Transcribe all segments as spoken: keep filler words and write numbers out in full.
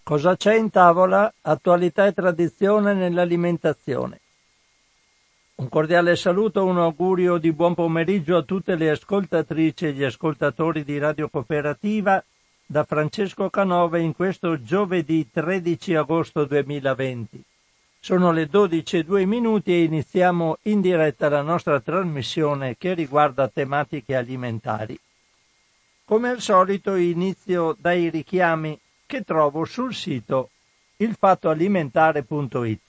Cosa c'è in tavola? Attualità e tradizione nell'alimentazione. Un cordiale saluto, un augurio di buon pomeriggio a tutte le ascoltatrici e gli ascoltatori di Radio Cooperativa da Francesco Canova in questo giovedì tredici agosto duemilaventi. Sono le dodici e due minuti e iniziamo in diretta la nostra trasmissione che riguarda tematiche alimentari. Come al solito inizio dai richiami che trovo sul sito ilfattoalimentare punto it.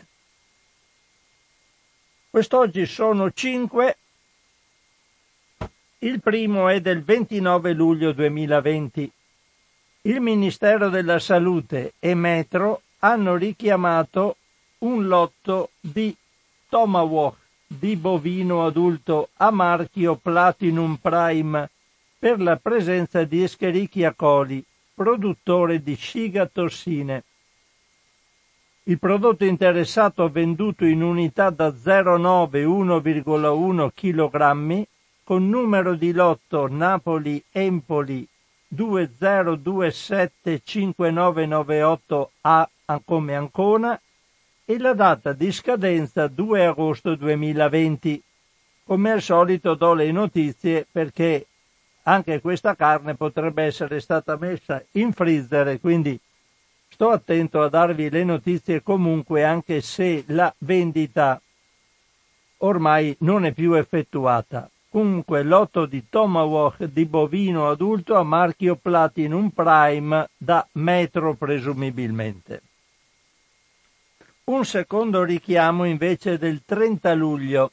Quest'oggi sono cinque. Il primo è del ventinove luglio duemilaventi. Il Ministero della Salute e Metro hanno richiamato un lotto di Tomahawk di bovino adulto a marchio Platinum Prime per la presenza di Escherichia coli, produttore di cigatossine. Il prodotto interessato, venduto in unità da zero virgola nove a uno virgola uno chilogrammi, con numero di lotto Napoli Empoli due zero due sette cinque nove nove otto A come Ancona, e la data di scadenza due agosto duemilaventi. Come al solito do le notizie perché anche questa carne potrebbe essere stata messa in freezer, quindi sto attento a darvi le notizie comunque, anche se la vendita ormai non è più effettuata. Comunque lotto di Tomahawk di bovino adulto a marchio Platinum Prime da Metro presumibilmente. Un secondo richiamo invece del trenta luglio.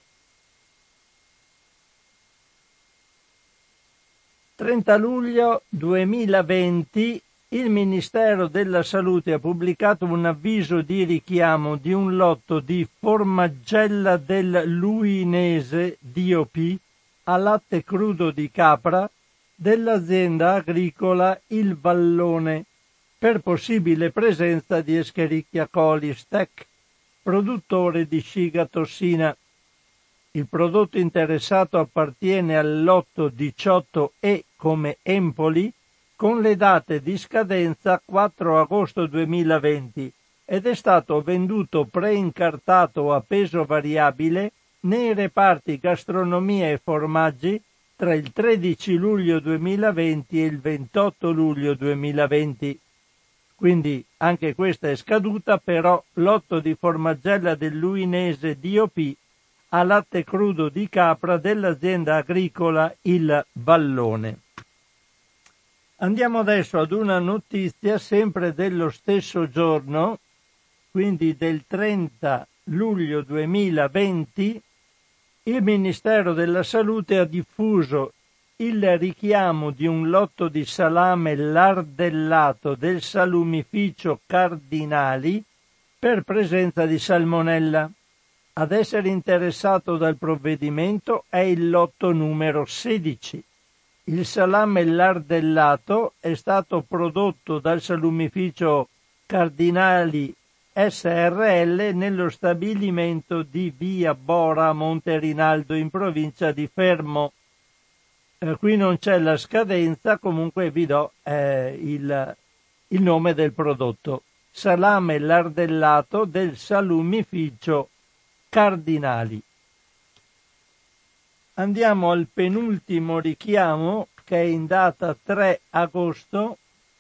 trenta luglio duemilaventi, il Ministero della Salute ha pubblicato un avviso di richiamo di un lotto di formaggella del Luinese D O P a latte crudo di capra dell'azienda agricola Il Vallone per possibile presenza di Escherichia coli Stec, produttore di cigatossina. Il prodotto interessato appartiene al lotto diciotto E come Empoli, con le date di scadenza quattro agosto duemilaventi, ed è stato venduto preincartato a peso variabile nei reparti gastronomia e formaggi tra il tredici luglio duemilaventi e il ventotto luglio duemilaventi. Quindi anche questa è scaduta, però lotto di formaggella del Luinese D O P a latte crudo di capra dell'azienda agricola Il Vallone. Andiamo adesso ad una notizia sempre dello stesso giorno, quindi del trenta luglio duemilaventi. Il Ministero della Salute ha diffuso il richiamo di un lotto di salame lardellato del salumificio Cardinali per presenza di salmonella. Ad essere interessato dal provvedimento è il lotto numero sedici. Il salame lardellato è stato prodotto dal salumificio Cardinali S R L nello stabilimento di via Bora a Monte Rinaldo in provincia di Fermo. Eh, qui non c'è la scadenza, comunque vi do eh, il, il nome del prodotto. Salame lardellato del salumificio Cardinali. Andiamo al penultimo richiamo, che è in data tre agosto.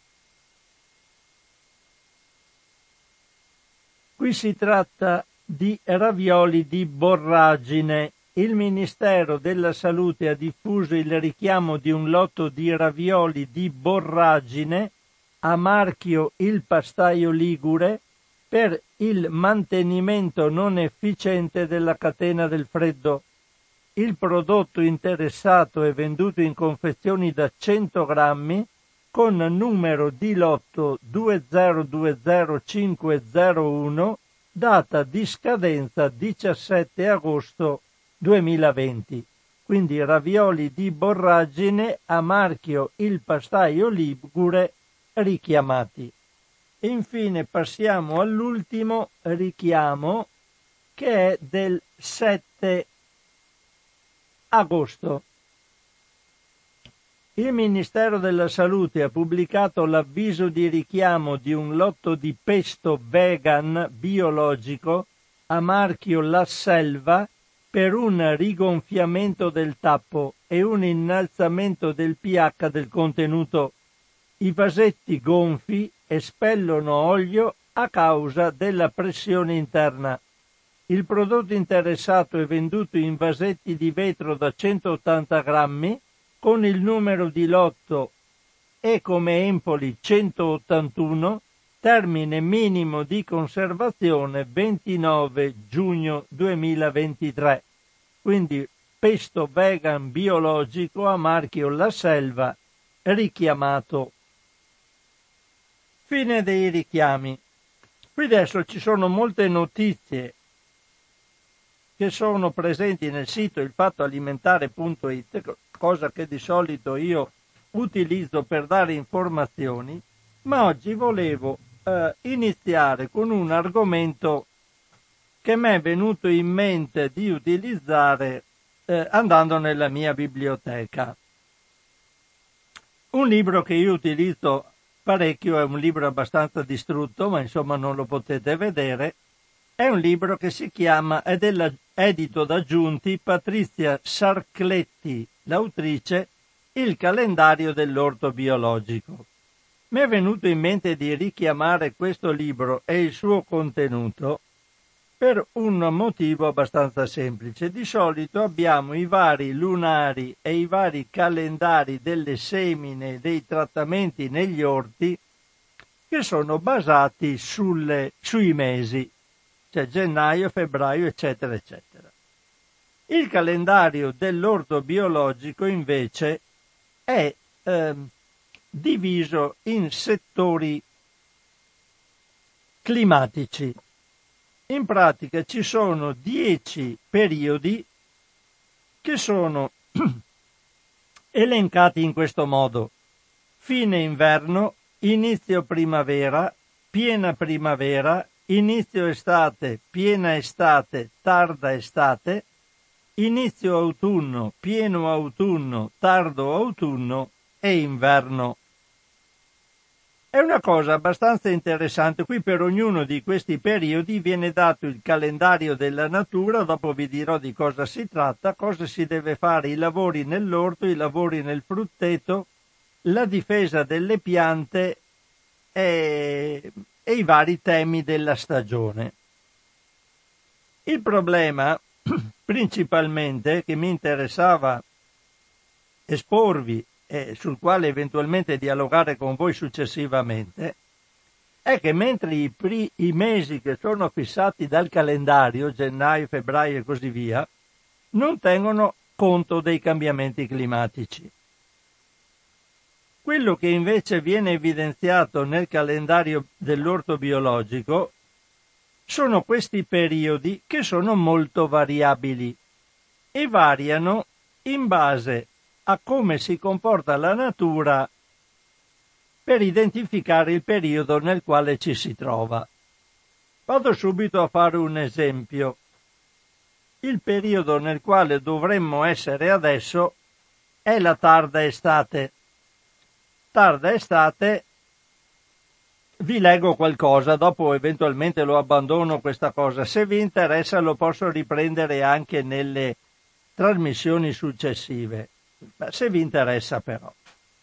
Qui si tratta di ravioli di borragine. Il Ministero della Salute ha diffuso il richiamo di un lotto di ravioli di borragine a marchio Il Pastaio Ligure per il mantenimento non efficiente della catena del freddo. Il prodotto interessato è venduto in confezioni da cento grammi con numero di lotto due zero due zero cinque zero uno, data di scadenza diciassette agosto duemilaventi. Quindi ravioli di borragine a marchio Il Pastaio Ligure richiamati. E infine passiamo all'ultimo richiamo, che è del sette agosto. Il Ministero della Salute ha pubblicato l'avviso di richiamo di un lotto di pesto vegan biologico a marchio La Selva per un rigonfiamento del tappo e un innalzamento del pH del contenuto. I vasetti gonfi espellono olio a causa della pressione interna. Il prodotto interessato è venduto in vasetti di vetro da centottanta grammi con il numero di lotto E come Empoli centottantuno, termine minimo di conservazione ventinove giugno duemilaventitré. Quindi pesto vegan biologico a marchio La Selva richiamato. Fine dei richiami. Qui adesso ci sono molte notizie che sono presenti nel sito ilfattoalimentare punto it, cosa che di solito io utilizzo per dare informazioni, ma oggi volevo eh, iniziare con un argomento che mi è venuto in mente di utilizzare eh, andando nella mia biblioteca. Un libro che io utilizzo parecchio, è un libro abbastanza distrutto, ma insomma non lo potete vedere, è un libro che si chiama, è della, edito da Giunti, Patrizia Sarcletti, l'autrice, Il calendario dell'orto biologico. Mi è venuto in mente di richiamare questo libro e il suo contenuto per un motivo abbastanza semplice. Di solito abbiamo i vari lunari e i vari calendari delle semine, dei trattamenti negli orti, che sono basati sulle, sui mesi, cioè gennaio, febbraio, eccetera, eccetera. Il calendario dell'orto biologico invece è eh, diviso in settori climatici. In pratica ci sono dieci periodi che sono elencati in questo modo: fine inverno, inizio primavera, piena primavera, inizio estate, piena estate, tarda estate, inizio autunno, pieno autunno, tardo autunno e inverno. È una cosa abbastanza interessante. Qui per ognuno di questi periodi viene dato il calendario della natura, dopo vi dirò di cosa si tratta, cosa si deve fare, i lavori nell'orto, i lavori nel frutteto, la difesa delle piante e, e i vari temi della stagione. Il problema principalmente che mi interessava esporvi e sul quale eventualmente dialogare con voi successivamente è che mentre i, pri- i mesi che sono fissati dal calendario, gennaio, febbraio e così via, non tengono conto dei cambiamenti climatici. Quello che invece viene evidenziato nel calendario dell'orto biologico sono questi periodi che sono molto variabili e variano in base a come si comporta la natura per identificare il periodo nel quale ci si trova. Vado subito a fare un esempio. Il periodo nel quale dovremmo essere adesso è la tarda estate. Tarda estate, vi leggo qualcosa, dopo eventualmente lo abbandono questa cosa. Se vi interessa lo posso riprendere anche nelle trasmissioni successive. Se vi interessa però.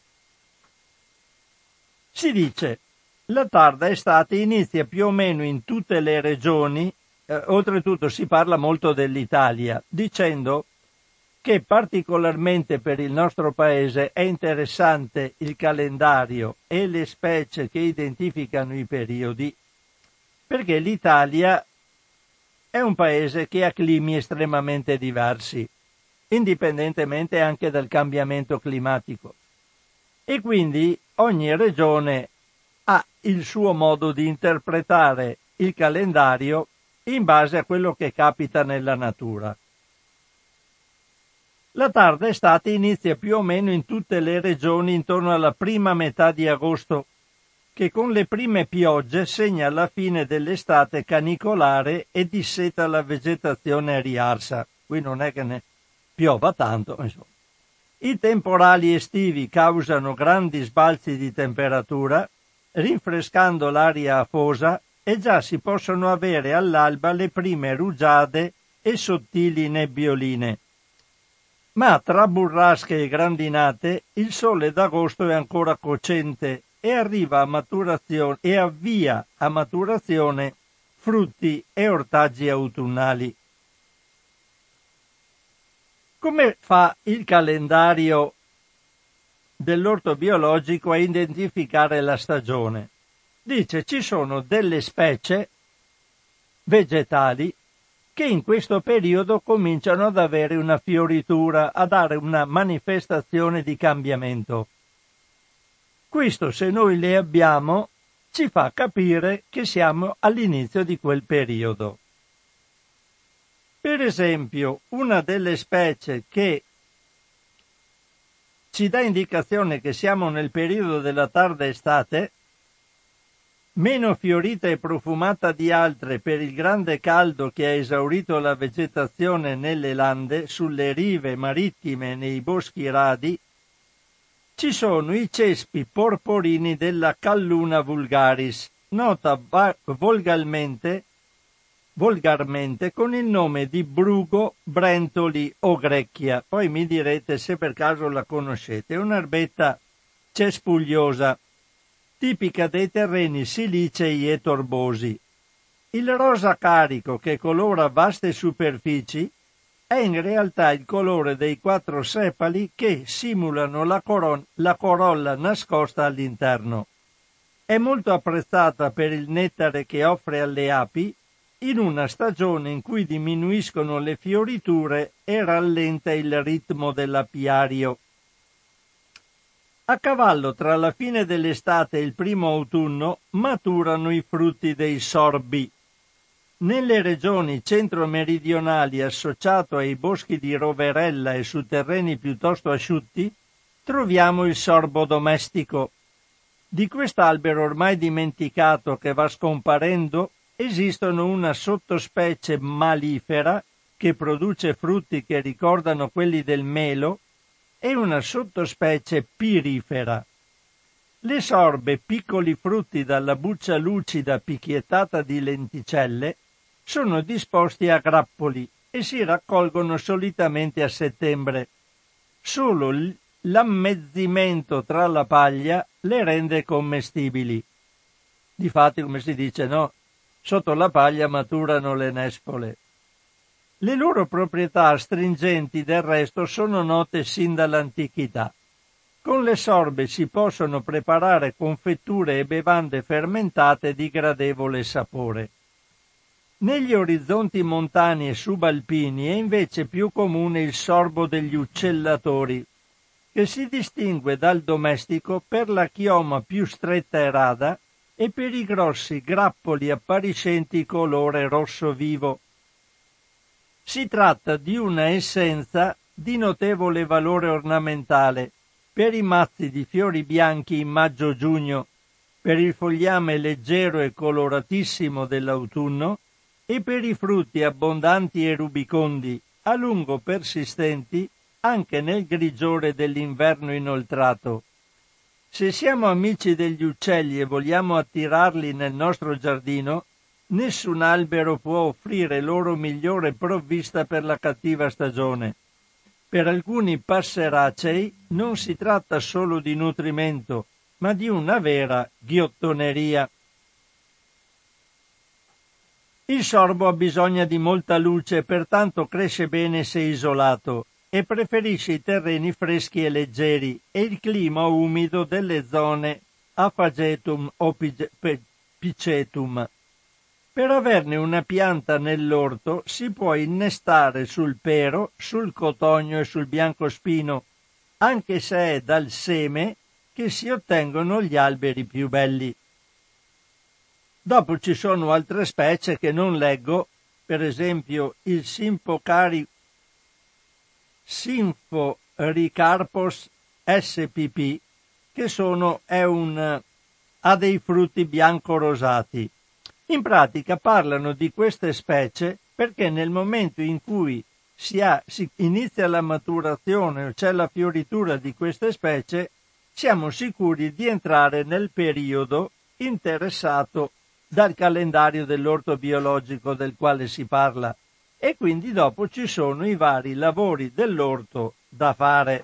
Si dice, la tarda estate inizia più o meno in tutte le regioni, eh, oltretutto si parla molto dell'Italia, dicendo che particolarmente per il nostro paese è interessante il calendario e le specie che identificano i periodi, perché l'Italia è un paese che ha climi estremamente diversi, indipendentemente anche dal cambiamento climatico. E quindi ogni regione ha il suo modo di interpretare il calendario in base a quello che capita nella natura. La tarda estate inizia più o meno in tutte le regioni intorno alla prima metà di agosto, che con le prime piogge segna la fine dell'estate canicolare e disseta la vegetazione a riarsa. Qui non è che ne piova tanto, insomma. I temporali estivi causano grandi sbalzi di temperatura, rinfrescando l'aria afosa, e già si possono avere all'alba le prime rugiade e sottili nebbioline. Ma tra burrasche e grandinate il sole d'agosto è ancora cocente e arriva a maturazione e avvia a maturazione frutti e ortaggi autunnali. Come fa il calendario dell'orto biologico a identificare la stagione? Dice ci sono delle specie vegetali che in questo periodo cominciano ad avere una fioritura, a dare una manifestazione di cambiamento. Questo, se noi le abbiamo, ci fa capire che siamo all'inizio di quel periodo. Per esempio, una delle specie che ci dà indicazione che siamo nel periodo della tarda estate, meno fiorita e profumata di altre per il grande caldo che ha esaurito la vegetazione nelle lande, sulle rive marittime e nei boschi radi, ci sono i cespi porporini della Calluna vulgaris, nota va- volgarmente, volgarmente con il nome di brugo, brentoli o grecchia. Poi mi direte se per caso la conoscete. È un'erbetta cespugliosa, tipica dei terreni silicei e torbosi. Il rosa carico che colora vaste superfici è in realtà il colore dei quattro sepali che simulano la, coron- la corolla nascosta all'interno. È molto apprezzata per il nettare che offre alle api in una stagione in cui diminuiscono le fioriture e rallenta il ritmo dell'apiario. A cavallo tra la fine dell'estate e il primo autunno maturano i frutti dei sorbi. Nelle regioni centro-meridionali, associato ai boschi di roverella e su terreni piuttosto asciutti, troviamo il sorbo domestico. Di quest'albero ormai dimenticato che va scomparendo, esistono una sottospecie malifera che produce frutti che ricordano quelli del melo e una sottospecie pirifera. Le sorbe, piccoli frutti dalla buccia lucida picchiettata di lenticelle, sono disposti a grappoli e si raccolgono solitamente a settembre. Solo l'ammezzimento tra la paglia le rende commestibili. Difatti, come si dice, no? Sotto la paglia maturano le nespole. Le loro proprietà astringenti, del resto, sono note sin dall'antichità. Con le sorbe si possono preparare confetture e bevande fermentate di gradevole sapore. Negli orizzonti montani e subalpini è invece più comune il sorbo degli uccellatori, che si distingue dal domestico per la chioma più stretta e rada e per i grossi grappoli appariscenti colore rosso vivo. Si tratta di una essenza di notevole valore ornamentale per i mazzi di fiori bianchi in maggio-giugno, per il fogliame leggero e coloratissimo dell'autunno e per i frutti abbondanti e rubicondi, a lungo persistenti anche nel grigiore dell'inverno inoltrato. Se siamo amici degli uccelli e vogliamo attirarli nel nostro giardino, nessun albero può offrire loro migliore provvista per la cattiva stagione. Per alcuni passeracei non si tratta solo di nutrimento, ma di una vera ghiottoneria. Il sorbo ha bisogno di molta luce e pertanto cresce bene se isolato e preferisce i terreni freschi e leggeri e il clima umido delle zone a fagetum o picetum. Per averne una pianta nell'orto si può innestare sul pero, sul cotogno e sul biancospino, anche se è dal seme che si ottengono gli alberi più belli. Dopo ci sono altre specie che non leggo, per esempio il Sympocari Symphoricarpos S P P, che sono, è un, ha dei frutti bianco-rosati. In pratica parlano di queste specie perché nel momento in cui si, ha, si inizia la maturazione o c'è la fioritura di queste specie, siamo sicuri di entrare nel periodo interessato dal calendario dell'orto biologico del quale si parla, e quindi dopo ci sono i vari lavori dell'orto da fare.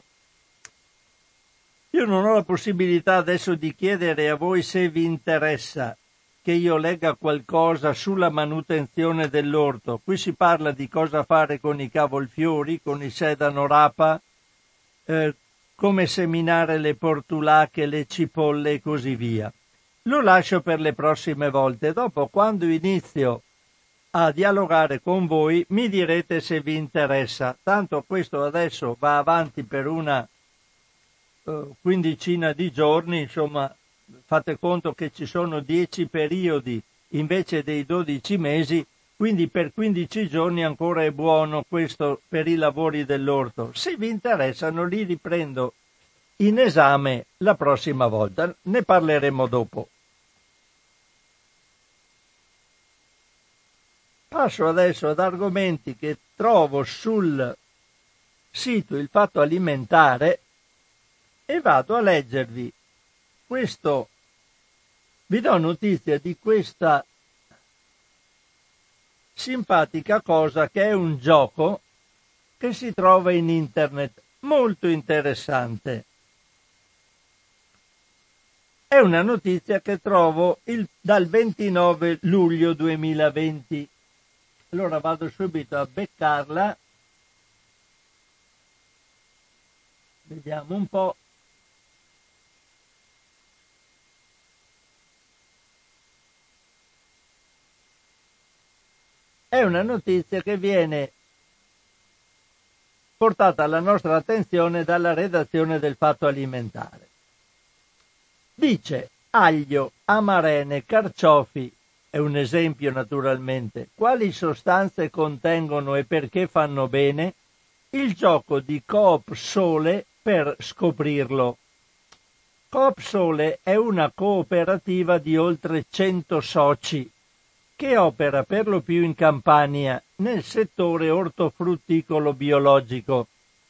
Io non ho la possibilità adesso di chiedere a voi se vi interessa che io legga qualcosa sulla manutenzione dell'orto. Qui si parla di cosa fare con i cavolfiori, con il sedano rapa, eh, come seminare le portulache, le cipolle e così via. Lo lascio per le prossime volte. Dopo, quando inizio a dialogare con voi, mi direte se vi interessa. Tanto questo adesso va avanti per una uh, quindicina di giorni, insomma, fate conto che ci sono dieci periodi invece dei dodici mesi, quindi per quindici giorni ancora è buono questo per i lavori dell'orto. Se vi interessano li riprendo in esame la prossima volta, ne parleremo dopo. Passo adesso ad argomenti che trovo sul sito Il Fatto Alimentare e vado a leggervi questo. Vi do notizia di questa simpatica cosa che è un gioco che si trova in internet, molto interessante. È una notizia che trovo il, dal ventinove luglio duemilaventi. Allora vado subito a beccarla. Vediamo un po'. È una notizia che viene portata alla nostra attenzione dalla redazione del Fatto Alimentare. Dice: aglio, amarene, carciofi, è un esempio naturalmente, quali sostanze contengono e perché fanno bene? Il gioco di Coop Sole per scoprirlo. Coop Sole è una cooperativa di oltre cento soci che opera per lo più in Campania nel settore ortofrutticolo biologico.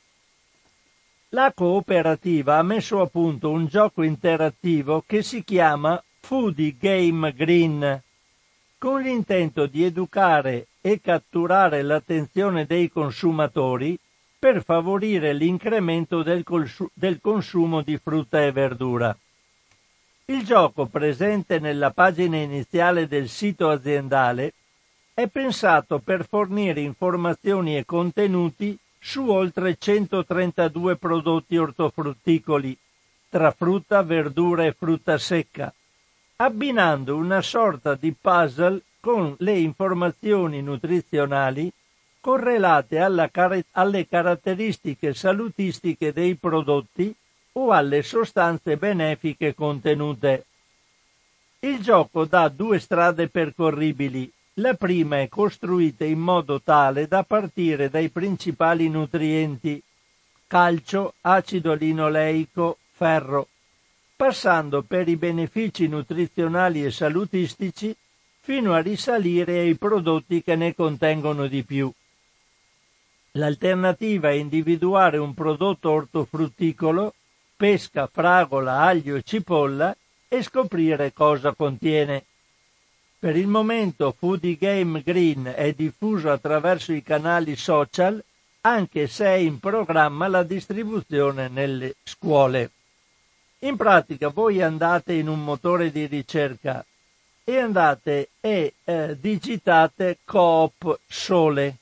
La cooperativa ha messo a punto un gioco interattivo che si chiama Foodie Game Green, con l'intento di educare e catturare l'attenzione dei consumatori per favorire l'incremento del, cons- del consumo di frutta e verdura. Il gioco, presente nella pagina iniziale del sito aziendale, è pensato per fornire informazioni e contenuti su oltre centotrentadue prodotti ortofrutticoli, tra frutta, verdura e frutta secca, abbinando una sorta di puzzle con le informazioni nutrizionali correlate alla car- alle caratteristiche salutistiche dei prodotti o alle sostanze benefiche contenute. Il gioco dà due strade percorribili. La prima è costruita in modo tale da partire dai principali nutrienti: calcio, acido linoleico, ferro, passando per i benefici nutrizionali e salutistici fino a risalire ai prodotti che ne contengono di più. L'alternativa è individuare un prodotto ortofrutticolo, pesca, fragola, aglio e cipolla, e scoprire cosa contiene. Per il momento Foodie Game Green è diffuso attraverso i canali social, anche se è in programma la distribuzione nelle scuole. In pratica voi andate in un motore di ricerca e andate e eh, digitate Coop Sole.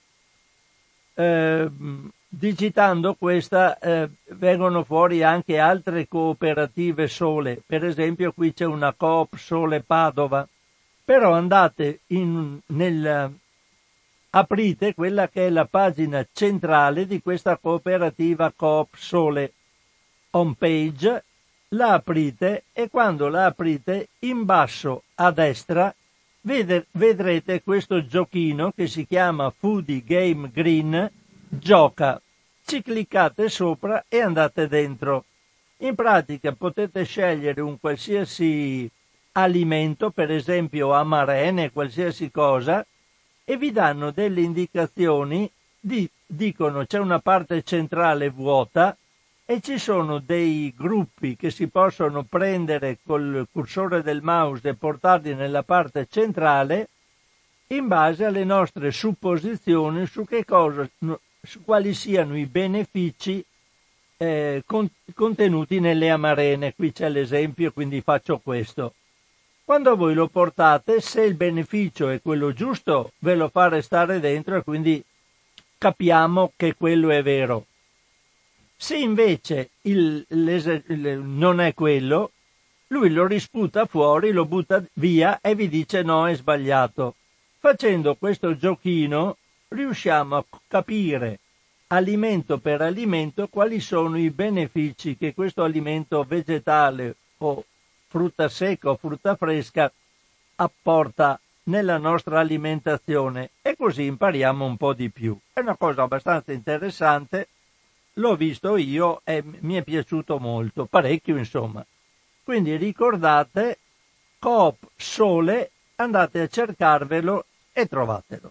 Eh, digitando questa eh, vengono fuori anche altre cooperative sole, per esempio qui c'è una Coop Sole Padova, però andate in, nel, aprite quella che è la pagina centrale di questa cooperativa Coop Sole, home page, la aprite e quando la aprite in basso a destra vede, vedrete questo giochino che si chiama Foodie Game Green, gioca, ci cliccate sopra e andate dentro. In pratica potete scegliere un qualsiasi alimento, per esempio amarene, qualsiasi cosa, e vi danno delle indicazioni di, dicono c'è una parte centrale vuota e ci sono dei gruppi che si possono prendere col cursore del mouse e portarli nella parte centrale in base alle nostre supposizioni su che cosa, su quali siano i benefici eh, con, contenuti nelle amarene. Qui c'è l'esempio, quindi faccio questo. Quando voi lo portate, se il beneficio è quello giusto, ve lo fa restare dentro e quindi capiamo che quello è vero. Se invece il, il, non è quello, lui lo risputa fuori, lo butta via e vi dice no, è sbagliato. Facendo questo giochino riusciamo a capire alimento per alimento quali sono i benefici che questo alimento vegetale o frutta secca o frutta fresca apporta nella nostra alimentazione, e così impariamo un po' di più. È una cosa abbastanza interessante, l'ho visto io e mi è piaciuto molto, parecchio insomma. Quindi ricordate, Coop Sole, andate a cercarvelo e trovatelo.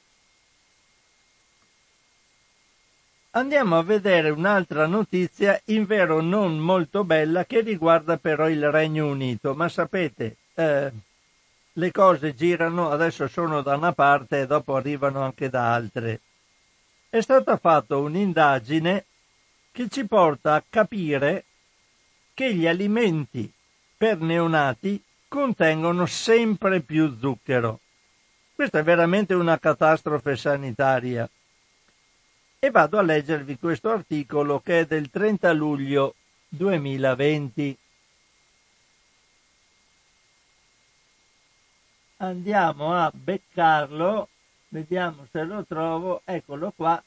Andiamo a vedere un'altra notizia, invero non molto bella, che riguarda però il Regno Unito. Ma sapete, eh, le cose girano, adesso sono da una parte e dopo arrivano anche da altre. È stata fatta un'indagine che ci porta a capire che gli alimenti per neonati contengono sempre più zucchero. Questa è veramente una catastrofe sanitaria. E vado a leggervi questo articolo che è del trenta luglio duemilaventi. Andiamo a beccarlo, vediamo se lo trovo, eccolo qua.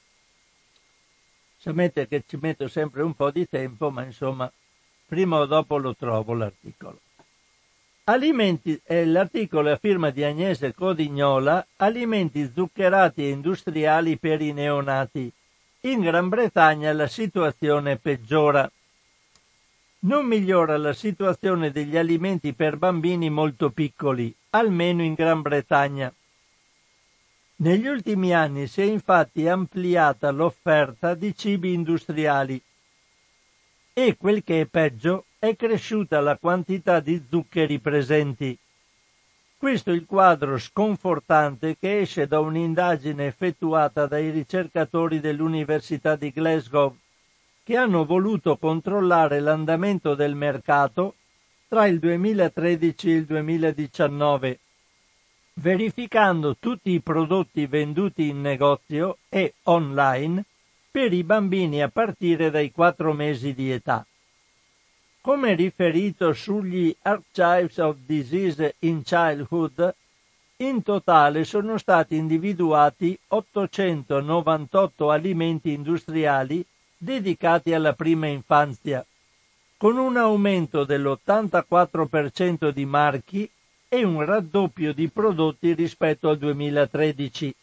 Sapete che ci metto sempre un po' di tempo, ma insomma, prima o dopo lo trovo l'articolo. Alimenti, eh, l'articolo è a firma di Agnese Codignola, alimenti zuccherati e industriali per i neonati. In Gran Bretagna la situazione peggiora. Non migliora la situazione degli alimenti per bambini molto piccoli, almeno in Gran Bretagna. Negli ultimi anni si è infatti ampliata l'offerta di cibi industriali e, quel che è peggio, è cresciuta la quantità di zuccheri presenti. Questo è il quadro sconfortante che esce da un'indagine effettuata dai ricercatori dell'Università di Glasgow, che hanno voluto controllare l'andamento del mercato tra il duemilatredici e il duemiladiciannove, verificando tutti i prodotti venduti in negozio e online per i bambini a partire dai quattro mesi di età. Come riferito sugli Archives of Disease in Childhood, in totale sono stati individuati ottocentonovantotto alimenti industriali dedicati alla prima infanzia, con un aumento dell'ottantaquattro per cento di marchi e un raddoppio di prodotti rispetto al duemilatredici.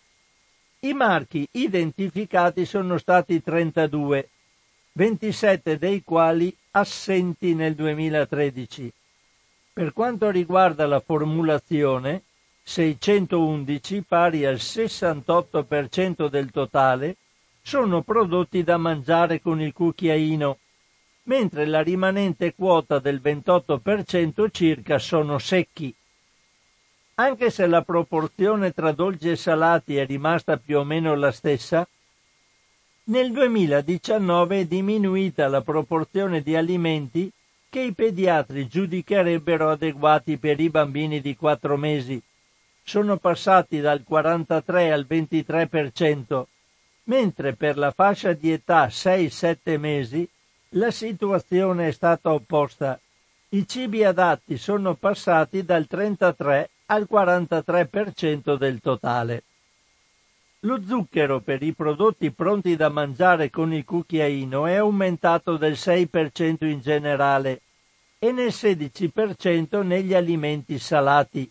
I marchi identificati sono stati trentadue, ventisette dei quali assenti nel duemilatredici. Per quanto riguarda la formulazione, seicentoundici, pari al sessantotto per cento del totale, sono prodotti da mangiare con il cucchiaino, mentre la rimanente quota del ventotto per cento circa sono secchi. Anche se la proporzione tra dolci e salati è rimasta più o meno la stessa, nel duemiladiciannove è diminuita la proporzione di alimenti che i pediatri giudicherebbero adeguati per i bambini di quattro mesi. Sono passati dal quarantatré al ventitré per cento, mentre per la fascia di età sei sette mesi la situazione è stata opposta. I cibi adatti sono passati dal trentatré al quarantatré per cento del totale. Lo zucchero per i prodotti pronti da mangiare con il cucchiaino è aumentato del sei per cento in generale e nel sedici per cento negli alimenti salati.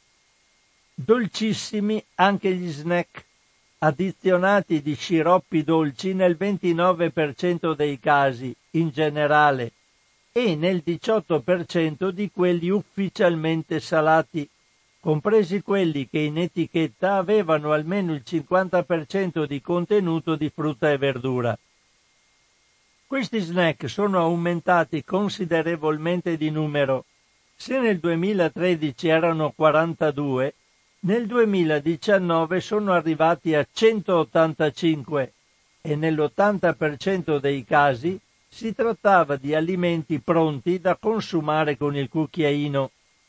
Dolcissimi anche gli snack, addizionati di sciroppi dolci nel ventinove per cento dei casi in generale e nel diciotto per cento di quelli ufficialmente salati. compresi quelli che in etichetta avevano almeno il cinquanta per cento di contenuto di frutta e verdura. Questi snack sono aumentati considerevolmente di numero. Se nel duemilatredici erano quarantadue, nel duemiladiciannove sono arrivati a centottantacinque e nell'ottanta per cento dei casi si trattava di alimenti pronti da consumare con il cucchiaino.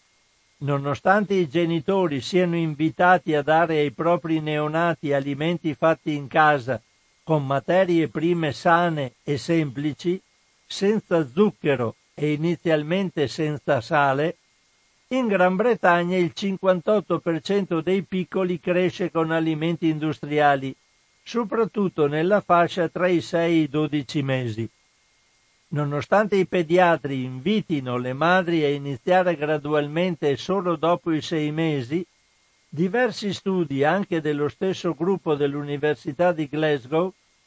Nonostante i genitori siano invitati a dare ai propri neonati alimenti fatti in casa con materie prime sane e semplici, senza zucchero e inizialmente senza sale, in Gran Bretagna il cinquantotto per cento dei piccoli cresce con alimenti industriali, soprattutto nella fascia tra i sei e i dodici mesi. Nonostante i pediatri invitino le madri a iniziare gradualmente e solo dopo i sei mesi, diversi studi, anche dello stesso gruppo dell'Università di Glasgow,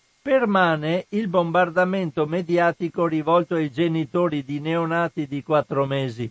permane il bombardamento mediatico rivolto ai genitori di neonati di quattro mesi.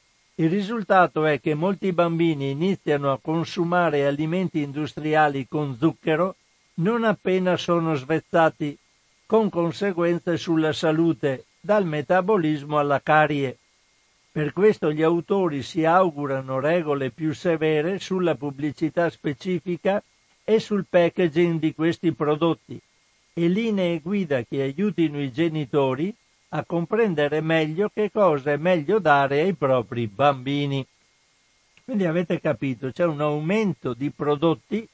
Il risultato è che molti bambini iniziano a consumare alimenti industriali con zucchero non appena sono svezzati, con conseguenze sulla salute, dal metabolismo alla carie. Per questo gli autori si augurano regole più severe sulla pubblicità specifica e sul packaging di questi prodotti e linee guida che aiutino i genitori a comprendere meglio che cosa è meglio dare ai propri bambini. Quindi avete capito, c'è un aumento di prodotti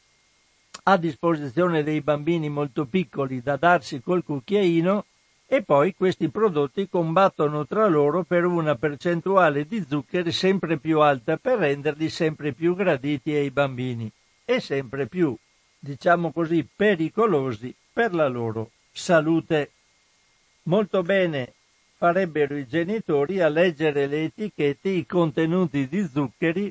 a disposizione dei bambini molto piccoli da darsi col cucchiaino e poi questi prodotti combattono tra loro per una percentuale di zuccheri sempre più alta per renderli sempre più graditi ai bambini e sempre più, diciamo così, pericolosi per la loro salute. Molto bene farebbero i genitori a leggere le etichette, i contenuti di zuccheri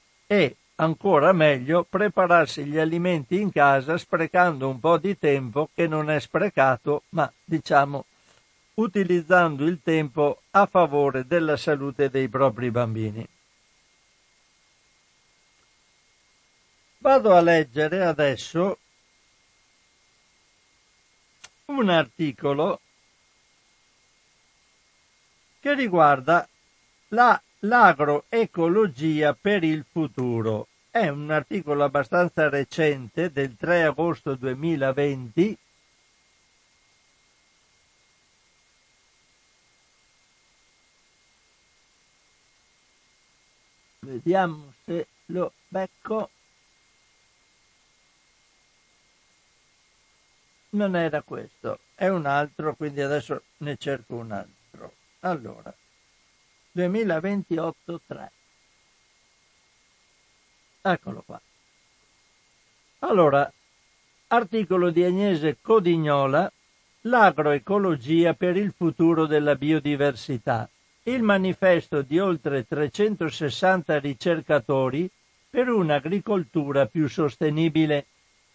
e ancora meglio prepararsi gli alimenti in casa sprecando un po' di tempo che non è sprecato, ma diciamo utilizzando il tempo a favore della salute dei propri bambini. Vado a leggere adesso un articolo che riguarda la, l'agroecologia per il futuro. È un articolo abbastanza recente del tre agosto duemilaventi. Vediamo se lo becco. Non era questo, è un altro, quindi adesso ne cerco un altro. Allora, duemilaventotto tre. Eccolo qua. Allora, articolo di Agnese Codignola, l'agroecologia per il futuro della biodiversità, il manifesto di oltre trecentosessanta ricercatori per un'agricoltura più sostenibile.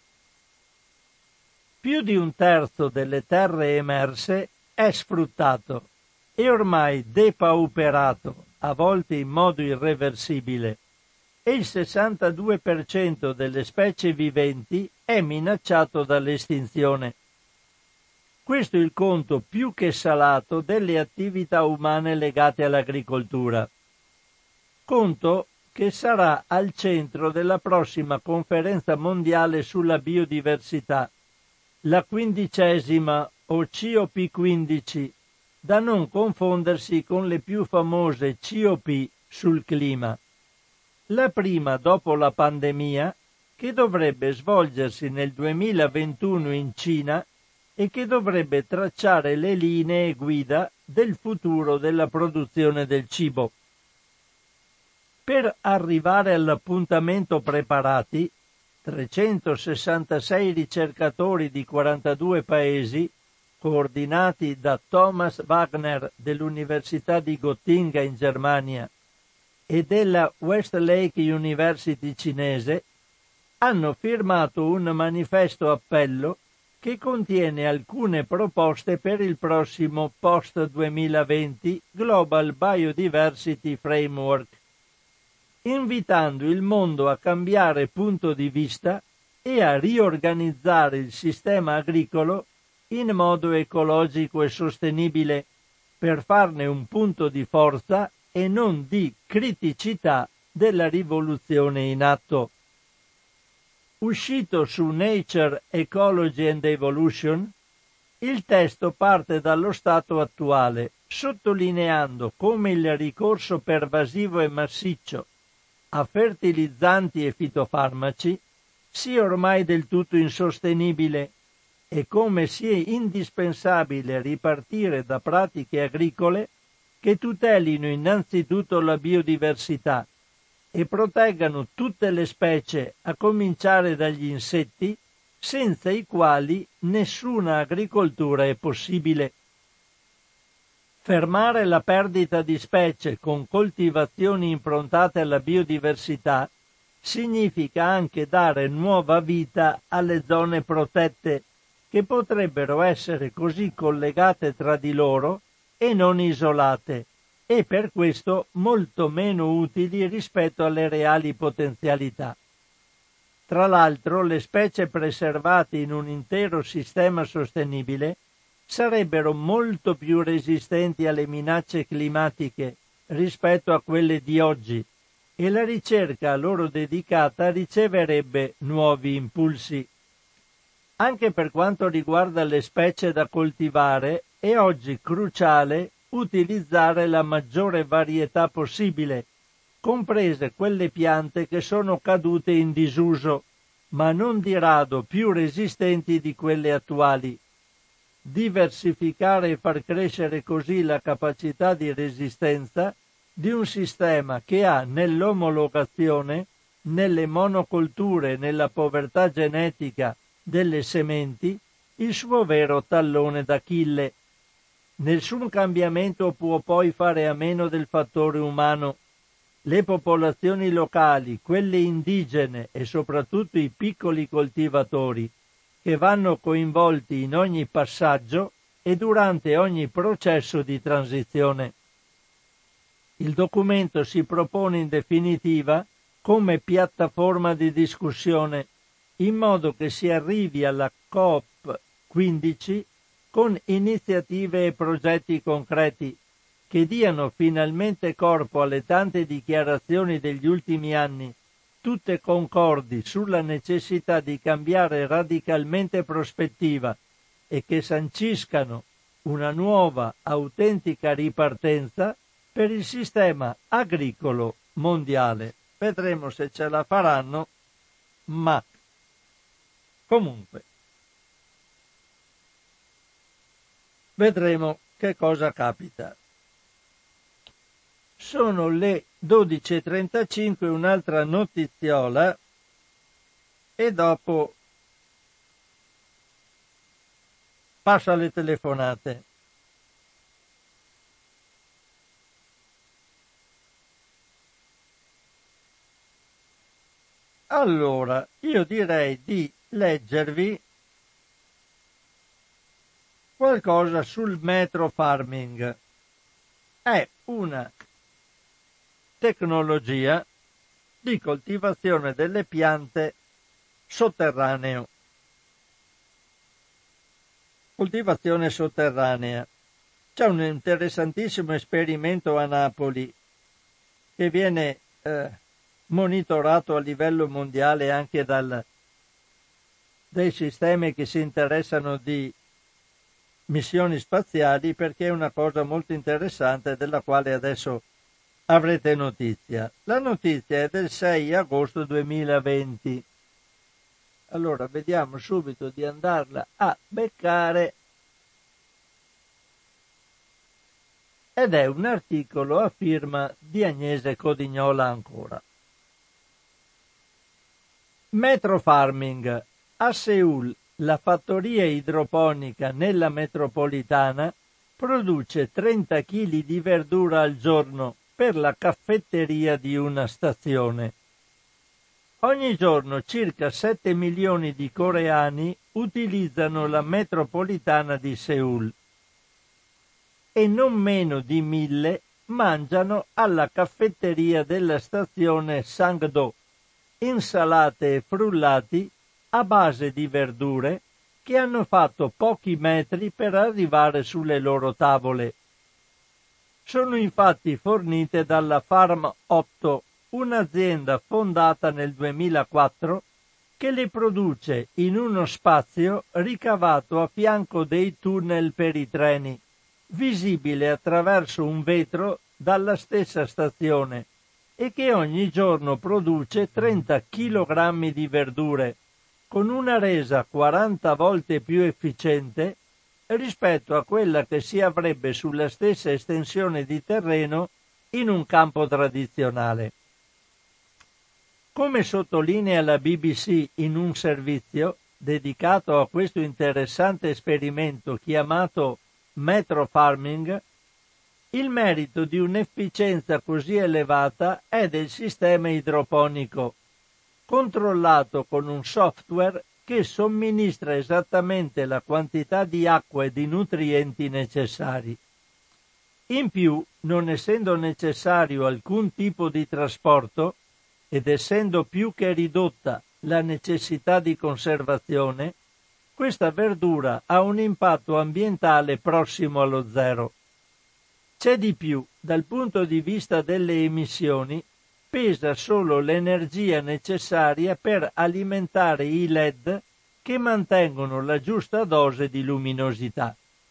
Più di un terzo delle terre emerse è sfruttato e ormai depauperato, a volte in modo irreversibile, e il sessantadue per cento delle specie viventi è minacciato dall'estinzione. Questo è il conto più che salato delle attività umane legate all'agricoltura. Conto che sarà al centro della prossima conferenza mondiale sulla biodiversità, la quindicesima o C O P quindici, da non confondersi con le più famose C O P sul clima. La prima dopo la pandemia, che dovrebbe svolgersi nel duemilaventuno in Cina e che dovrebbe tracciare le linee guida del futuro della produzione del cibo. Per arrivare all'appuntamento preparati, trecentosessantasei ricercatori di quarantadue paesi, coordinati da Thomas Wagner dell'Università di Gottinga in Germania e della Westlake University cinese, hanno firmato un manifesto appello che contiene alcune proposte per il prossimo post duemilaventi Global Biodiversity Framework. invitando il mondo a cambiare punto di vista e a riorganizzare il sistema agricolo in modo ecologico e sostenibile per farne un punto di forza e non di criticità della rivoluzione in atto. Uscito su Nature, Ecology and Evolution, il testo parte dallo stato attuale, sottolineando come il ricorso pervasivo e massiccio a fertilizzanti e fitofarmaci sia ormai del tutto insostenibile e come sia indispensabile ripartire da pratiche agricole che tutelino innanzitutto la biodiversità e proteggano tutte le specie, a cominciare dagli insetti, senza i quali nessuna agricoltura è possibile. Fermare la perdita di specie con coltivazioni improntate alla biodiversità significa anche dare nuova vita alle zone protette, che potrebbero essere così collegate tra di loro e non isolate, e per questo molto meno utili rispetto alle reali potenzialità. Tra l'altro, le specie preservate in un intero sistema sostenibile sarebbero molto più resistenti alle minacce climatiche rispetto a quelle di oggi e la ricerca a loro dedicata riceverebbe nuovi impulsi. Anche per quanto riguarda le specie da coltivare, è oggi cruciale utilizzare la maggiore varietà possibile, comprese quelle piante che sono cadute in disuso, ma non di rado più resistenti di quelle attuali. Diversificare e far crescere così la capacità di resistenza di un sistema che ha nell'omologazione, nelle monocolture e nella povertà genetica delle sementi il suo vero tallone d'Achille. Nessun cambiamento può poi fare a meno del fattore umano. Le popolazioni locali, quelle indigene e soprattutto i piccoli coltivatori, che vanno coinvolti in ogni passaggio e durante ogni processo di transizione. Il documento si propone in definitiva come piattaforma di discussione, in modo che si arrivi alla COP quindici con iniziative e progetti concreti che diano finalmente corpo alle tante dichiarazioni degli ultimi anni, tutte concordi sulla necessità di cambiare radicalmente prospettiva e che sanciscano una nuova, autentica ripartenza per il sistema agricolo mondiale. Vedremo se ce la faranno, ma comunque vedremo che cosa capita. Sono le dodici e trentacinque, un'altra notiziola e dopo passo alle telefonate. Allora, io direi di leggervi qualcosa sul metro farming. È una tecnologia di coltivazione delle piante sotterraneo. Coltivazione sotterranea. C'è un interessantissimo esperimento a Napoli che viene eh, monitorato a livello mondiale anche dal, dai sistemi che si interessano di missioni spaziali, perché è una cosa molto interessante della quale adesso avrete notizia. La notizia è del sei agosto duemilaventi. Allora, vediamo subito di andarla a beccare. Ed è un articolo a firma di Agnese Codignola ancora. Metro farming. A Seul, la fattoria idroponica nella metropolitana produce trenta chili di verdura al giorno per la caffetteria di una stazione. Ogni giorno circa sette milioni di coreani utilizzano la metropolitana di Seul e non meno di mille mangiano alla caffetteria della stazione Sangdo insalate e frullati a base di verdure che hanno fatto pochi metri per arrivare sulle loro tavole. Sono infatti fornite dalla Farm otto, un'azienda fondata nel duemilaquattro che le produce in uno spazio ricavato a fianco dei tunnel per i treni, visibile attraverso un vetro dalla stessa stazione, e che ogni giorno produce trenta chilogrammi di verdure, con una resa quaranta volte più efficiente rispetto a quella che si avrebbe sulla stessa estensione di terreno in un campo tradizionale. Come sottolinea la B B C in un servizio dedicato a questo interessante esperimento chiamato Metro Farming, il merito di un'efficienza così elevata è del sistema idroponico, controllato con un software che somministra esattamente la quantità di acqua e di nutrienti necessari. In più, non essendo necessario alcun tipo di trasporto ed essendo più che ridotta la necessità di conservazione, questa verdura ha un impatto ambientale prossimo allo zero. C'è di più, dal punto di vista delle emissioni, pesa solo l'energia necessaria per alimentare i L E D che mantengono la giusta dose di luminosità.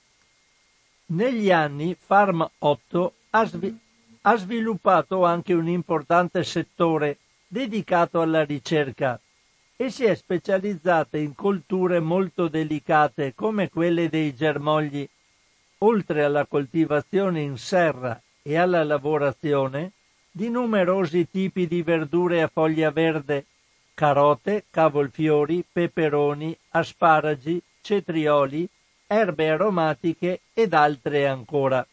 Negli anni Farm otto ha, svi- ha sviluppato anche un importante settore dedicato alla ricerca e si è specializzata in colture molto delicate come quelle dei germogli, oltre alla coltivazione in serra e alla lavorazione di numerosi tipi di verdure a foglia verde, carote, cavolfiori, peperoni, asparagi, cetrioli, erbe aromatiche ed altre ancora.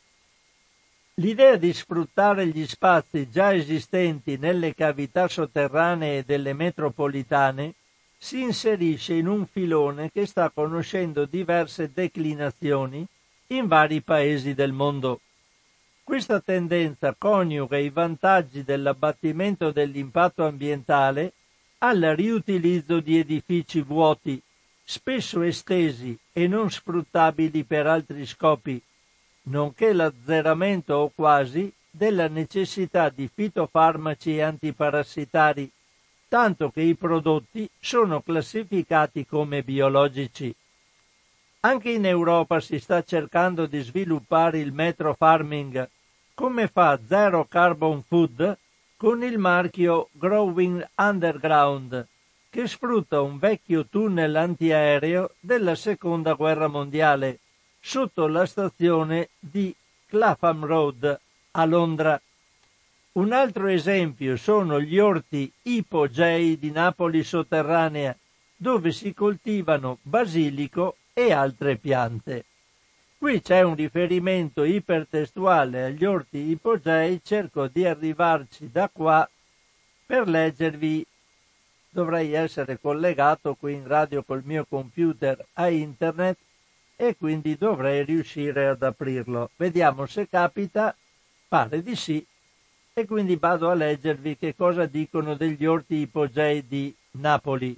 L'idea di sfruttare gli spazi già esistenti nelle cavità sotterranee delle metropolitane si inserisce in un filone che sta conoscendo diverse declinazioni in vari paesi del mondo. Questa tendenza coniuga i vantaggi dell'abbattimento dell'impatto ambientale al riutilizzo di edifici vuoti, spesso estesi e non sfruttabili per altri scopi, nonché l'azzeramento o quasi della necessità di fitofarmaci e antiparassitari, tanto che i prodotti sono classificati come biologici. Anche in Europa si sta cercando di sviluppare il metro farming, come fa Zero Carbon Food con il marchio Growing Underground, che sfrutta un vecchio tunnel antiaereo della Seconda Guerra Mondiale sotto la stazione di Clapham Road a Londra. Un altro esempio sono gli orti Ipogei di Napoli sotterranea, dove si coltivano basilico e altre piante. Qui c'è un riferimento ipertestuale agli orti Ipogei, cerco di arrivarci da qua per leggervi. Dovrei essere collegato qui in radio col mio computer a internet e quindi dovrei riuscire ad aprirlo. Vediamo se capita, pare di sì, e quindi vado a leggervi che cosa dicono degli orti Ipogei di Napoli.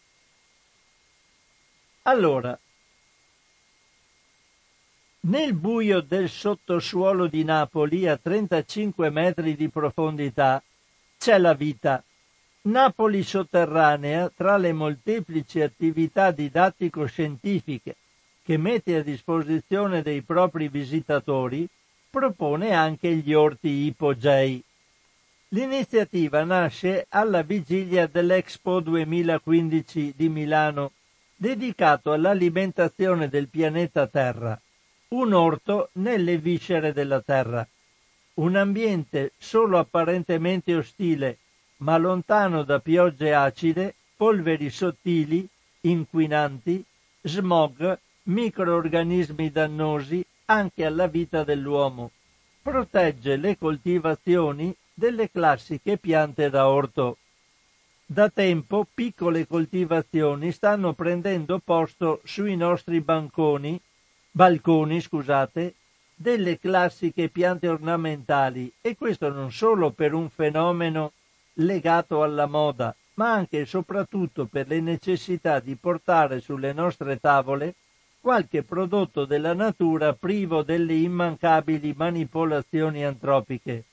Allora, nel buio del sottosuolo di Napoli, a trentacinque metri di profondità, c'è la vita. Napoli sotterranea, tra le molteplici attività didattico-scientifiche che mette a disposizione dei propri visitatori, propone anche gli orti Ipogei. L'iniziativa nasce alla vigilia dell'Expo duemilaquindici di Milano, dedicato all'alimentazione del pianeta Terra. Un orto nelle viscere della terra, un ambiente solo apparentemente ostile, ma lontano da piogge acide, polveri sottili, inquinanti, smog, microorganismi dannosi anche alla vita dell'uomo. Protegge le coltivazioni delle classiche piante da orto. Da tempo piccole coltivazioni stanno prendendo posto sui nostri banconi balconi, scusate, delle classiche piante ornamentali, e questo non solo per un fenomeno legato alla moda, ma anche e soprattutto per le necessità di portare sulle nostre tavole qualche prodotto della natura privo delle immancabili manipolazioni antropiche.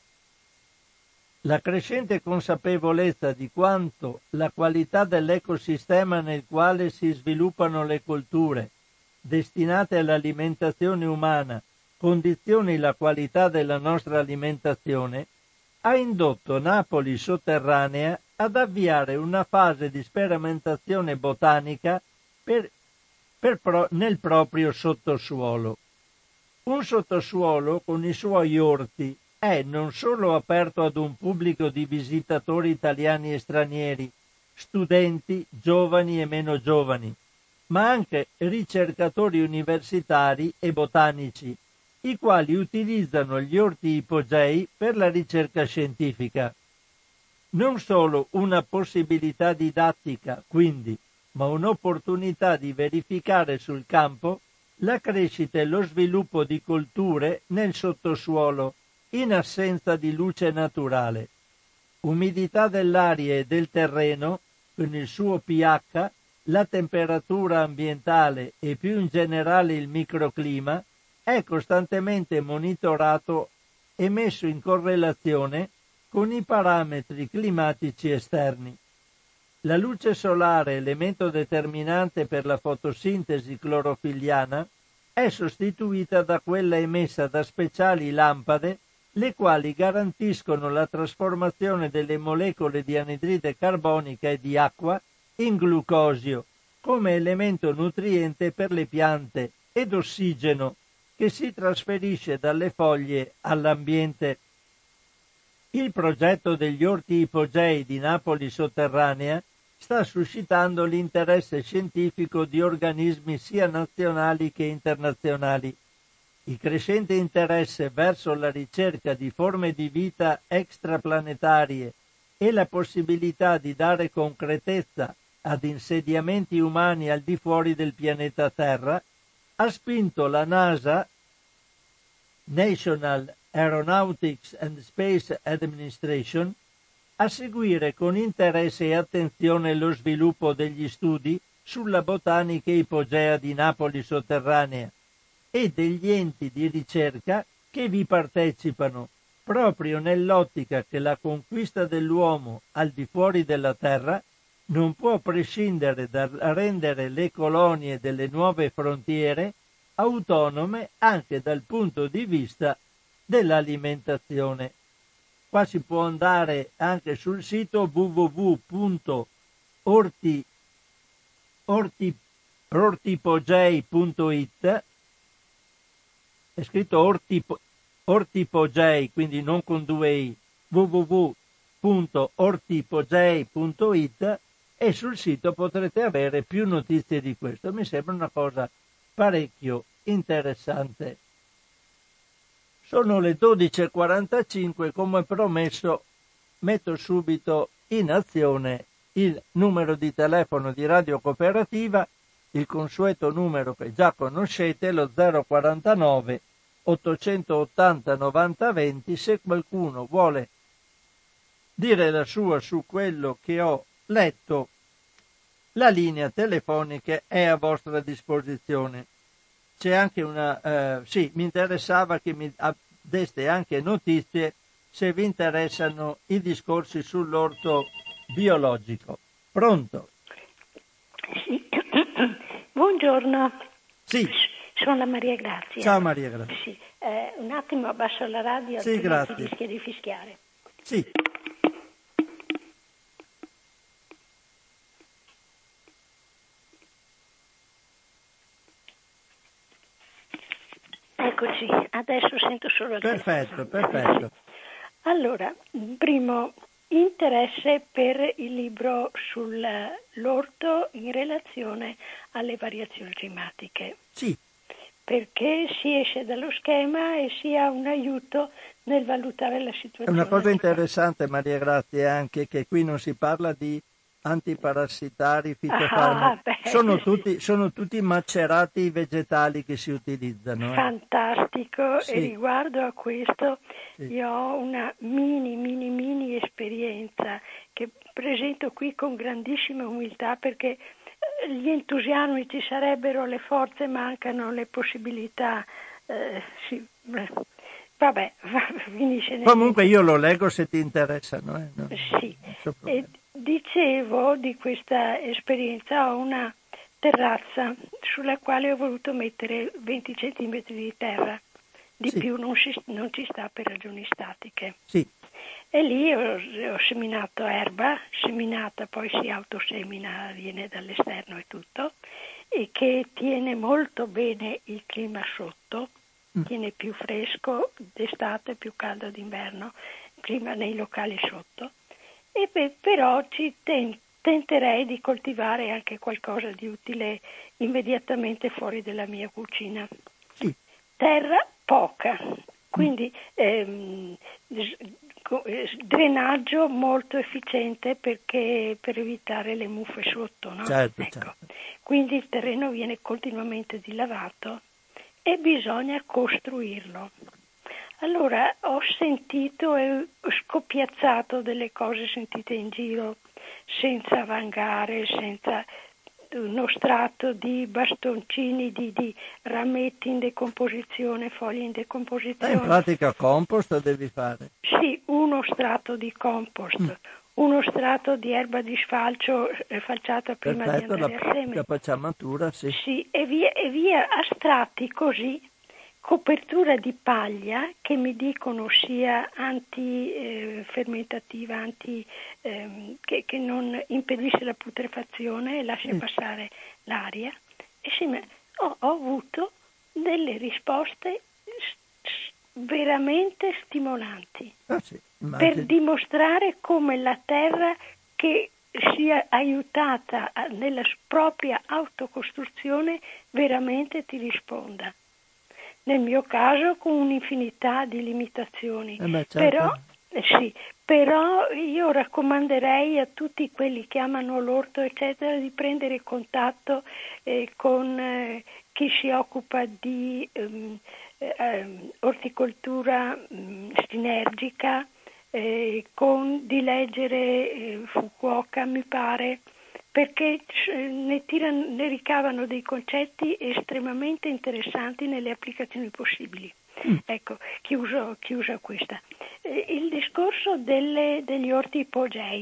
La crescente consapevolezza di quanto la qualità dell'ecosistema nel quale si sviluppano le colture, destinate all'alimentazione umana, condizioni la qualità della nostra alimentazione, ha indotto Napoli sotterranea ad avviare una fase di sperimentazione botanica per, per pro, nel proprio sottosuolo. Un sottosuolo con i suoi orti è non solo aperto ad un pubblico di visitatori italiani e stranieri, studenti, giovani e meno giovani, ma anche ricercatori universitari e botanici, i quali utilizzano gli orti ipogei per la ricerca scientifica. Non solo una possibilità didattica, quindi, ma un'opportunità di verificare sul campo la crescita e lo sviluppo di colture nel sottosuolo, in assenza di luce naturale. Umidità dell'aria e del terreno, con il suo pH, la temperatura ambientale e più in generale il microclima, è costantemente monitorato e messo in correlazione con i parametri climatici esterni. La luce solare, elemento determinante per la fotosintesi clorofilliana, è sostituita da quella emessa da speciali lampade, le quali garantiscono la trasformazione delle molecole di anidride carbonica e di acqua in glucosio, come elemento nutriente per le piante, ed ossigeno, che si trasferisce dalle foglie all'ambiente. Il progetto degli orti ipogei di Napoli sotterranea sta suscitando l'interesse scientifico di organismi sia nazionali che internazionali. Il crescente interesse verso la ricerca di forme di vita extraplanetarie e la possibilità di dare concretezza ad insediamenti umani al di fuori del pianeta Terra ha spinto la NASA, National Aeronautics and Space Administration, a seguire con interesse e attenzione lo sviluppo degli studi sulla botanica ipogea di Napoli sotterranea e degli enti di ricerca che vi partecipano, proprio nell'ottica che la conquista dell'uomo al di fuori della Terra non può prescindere dal rendere le colonie delle nuove frontiere autonome anche dal punto di vista dell'alimentazione. Qua si può andare anche sul sito w w w punto ortipogei punto it. È scritto ortip, ortipogei, quindi non con due i, w w w punto ortipogei punto it, e sul sito potrete avere più notizie di questo. Mi sembra una cosa parecchio interessante. Sono le dodici e quarantacinque, come promesso metto subito in azione il numero di telefono di Radio Cooperativa, il consueto numero che già conoscete, lo zero quarantanove ottocentottanta novanta venti. Se qualcuno vuole dire la sua su quello che ho letto, la linea telefonica è a vostra disposizione. C'è anche una, eh, sì, mi interessava che mi deste anche notizie se vi interessano i discorsi sull'orto biologico. Pronto? Sì. Buongiorno. Sì. Sono la Maria Grazia. Ciao Maria Grazia. Sì. Eh, un attimo abbasso la radio, sì, grazie. Rischia di fischiare. Sì. Eccoci, adesso sento solo il Perfetto, telefono. perfetto. Allora, primo, interesse per il libro sull'orto in relazione alle variazioni climatiche. Sì. Perché si esce dallo schema e si ha un aiuto nel valutare la situazione. È una cosa interessante, Maria Grazia, anche che qui non si parla di antiparassitari, fitofarmaci. Ah, sono, tutti, sono tutti macerati vegetali che si utilizzano. Eh. Fantastico, Sì. E riguardo a questo Sì. io ho una mini, mini, mini esperienza che presento qui con grandissima umiltà, perché gli entusiasmi ci sarebbero, le forze mancano, le possibilità. Eh, sì. Vabbè, finisce. Comunque io lo leggo se ti interessano. Eh. No, sì, e dicevo di questa esperienza, ho una terrazza sulla quale ho voluto mettere venti centimetri di terra, di sì. più non, si, non ci sta per ragioni statiche. Sì. E lì ho, ho seminato erba, seminata poi si autosemina, viene dall'esterno e tutto, e che tiene molto bene il clima sotto, mm. tiene più fresco d'estate, più caldo d'inverno, il clima nei locali sotto, e beh, però ci ten, tenterei di coltivare anche qualcosa di utile immediatamente fuori dalla mia cucina. Sì. Terra poca, quindi ehm, drenaggio molto efficiente, perché per evitare le muffe sotto, no? Certo, ecco. certo. Quindi il terreno viene continuamente dilavato e bisogna costruirlo. Allora ho sentito e scoppiazzato delle cose sentite in giro, senza vangare, senza uno strato di bastoncini di, di rametti in decomposizione, foglie in decomposizione. Eh, in pratica compost devi fare. Sì, uno strato di compost, mm. uno strato di erba di sfalcio eh, falciata prima Perfetto, di andare la, a seme. la pacciamatura, sì. Sì, e via, e via a strati così, copertura di paglia che mi dicono sia anti-fermentativa, eh, anti, ehm, che, che non impedisce la putrefazione e lascia sì. passare l'aria. E sì, ho, ho avuto delle risposte veramente stimolanti, ah, sì, per dimostrare come la terra che sia aiutata nella propria autocostruzione veramente ti risponda. Nel mio caso con un'infinità di limitazioni, eh beh, certo. però, eh sì, però io raccomanderei a tutti quelli che amano l'orto eccetera di prendere contatto eh, con eh, chi si occupa di ehm, eh, orticoltura mh, sinergica, eh, con di leggere eh, Fukuoka mi pare, perché ne, tirano, ne ricavano dei concetti estremamente interessanti nelle applicazioni possibili. Mm. Ecco, chiuso, chiusa questa. Eh, il discorso delle, degli orti ipogei.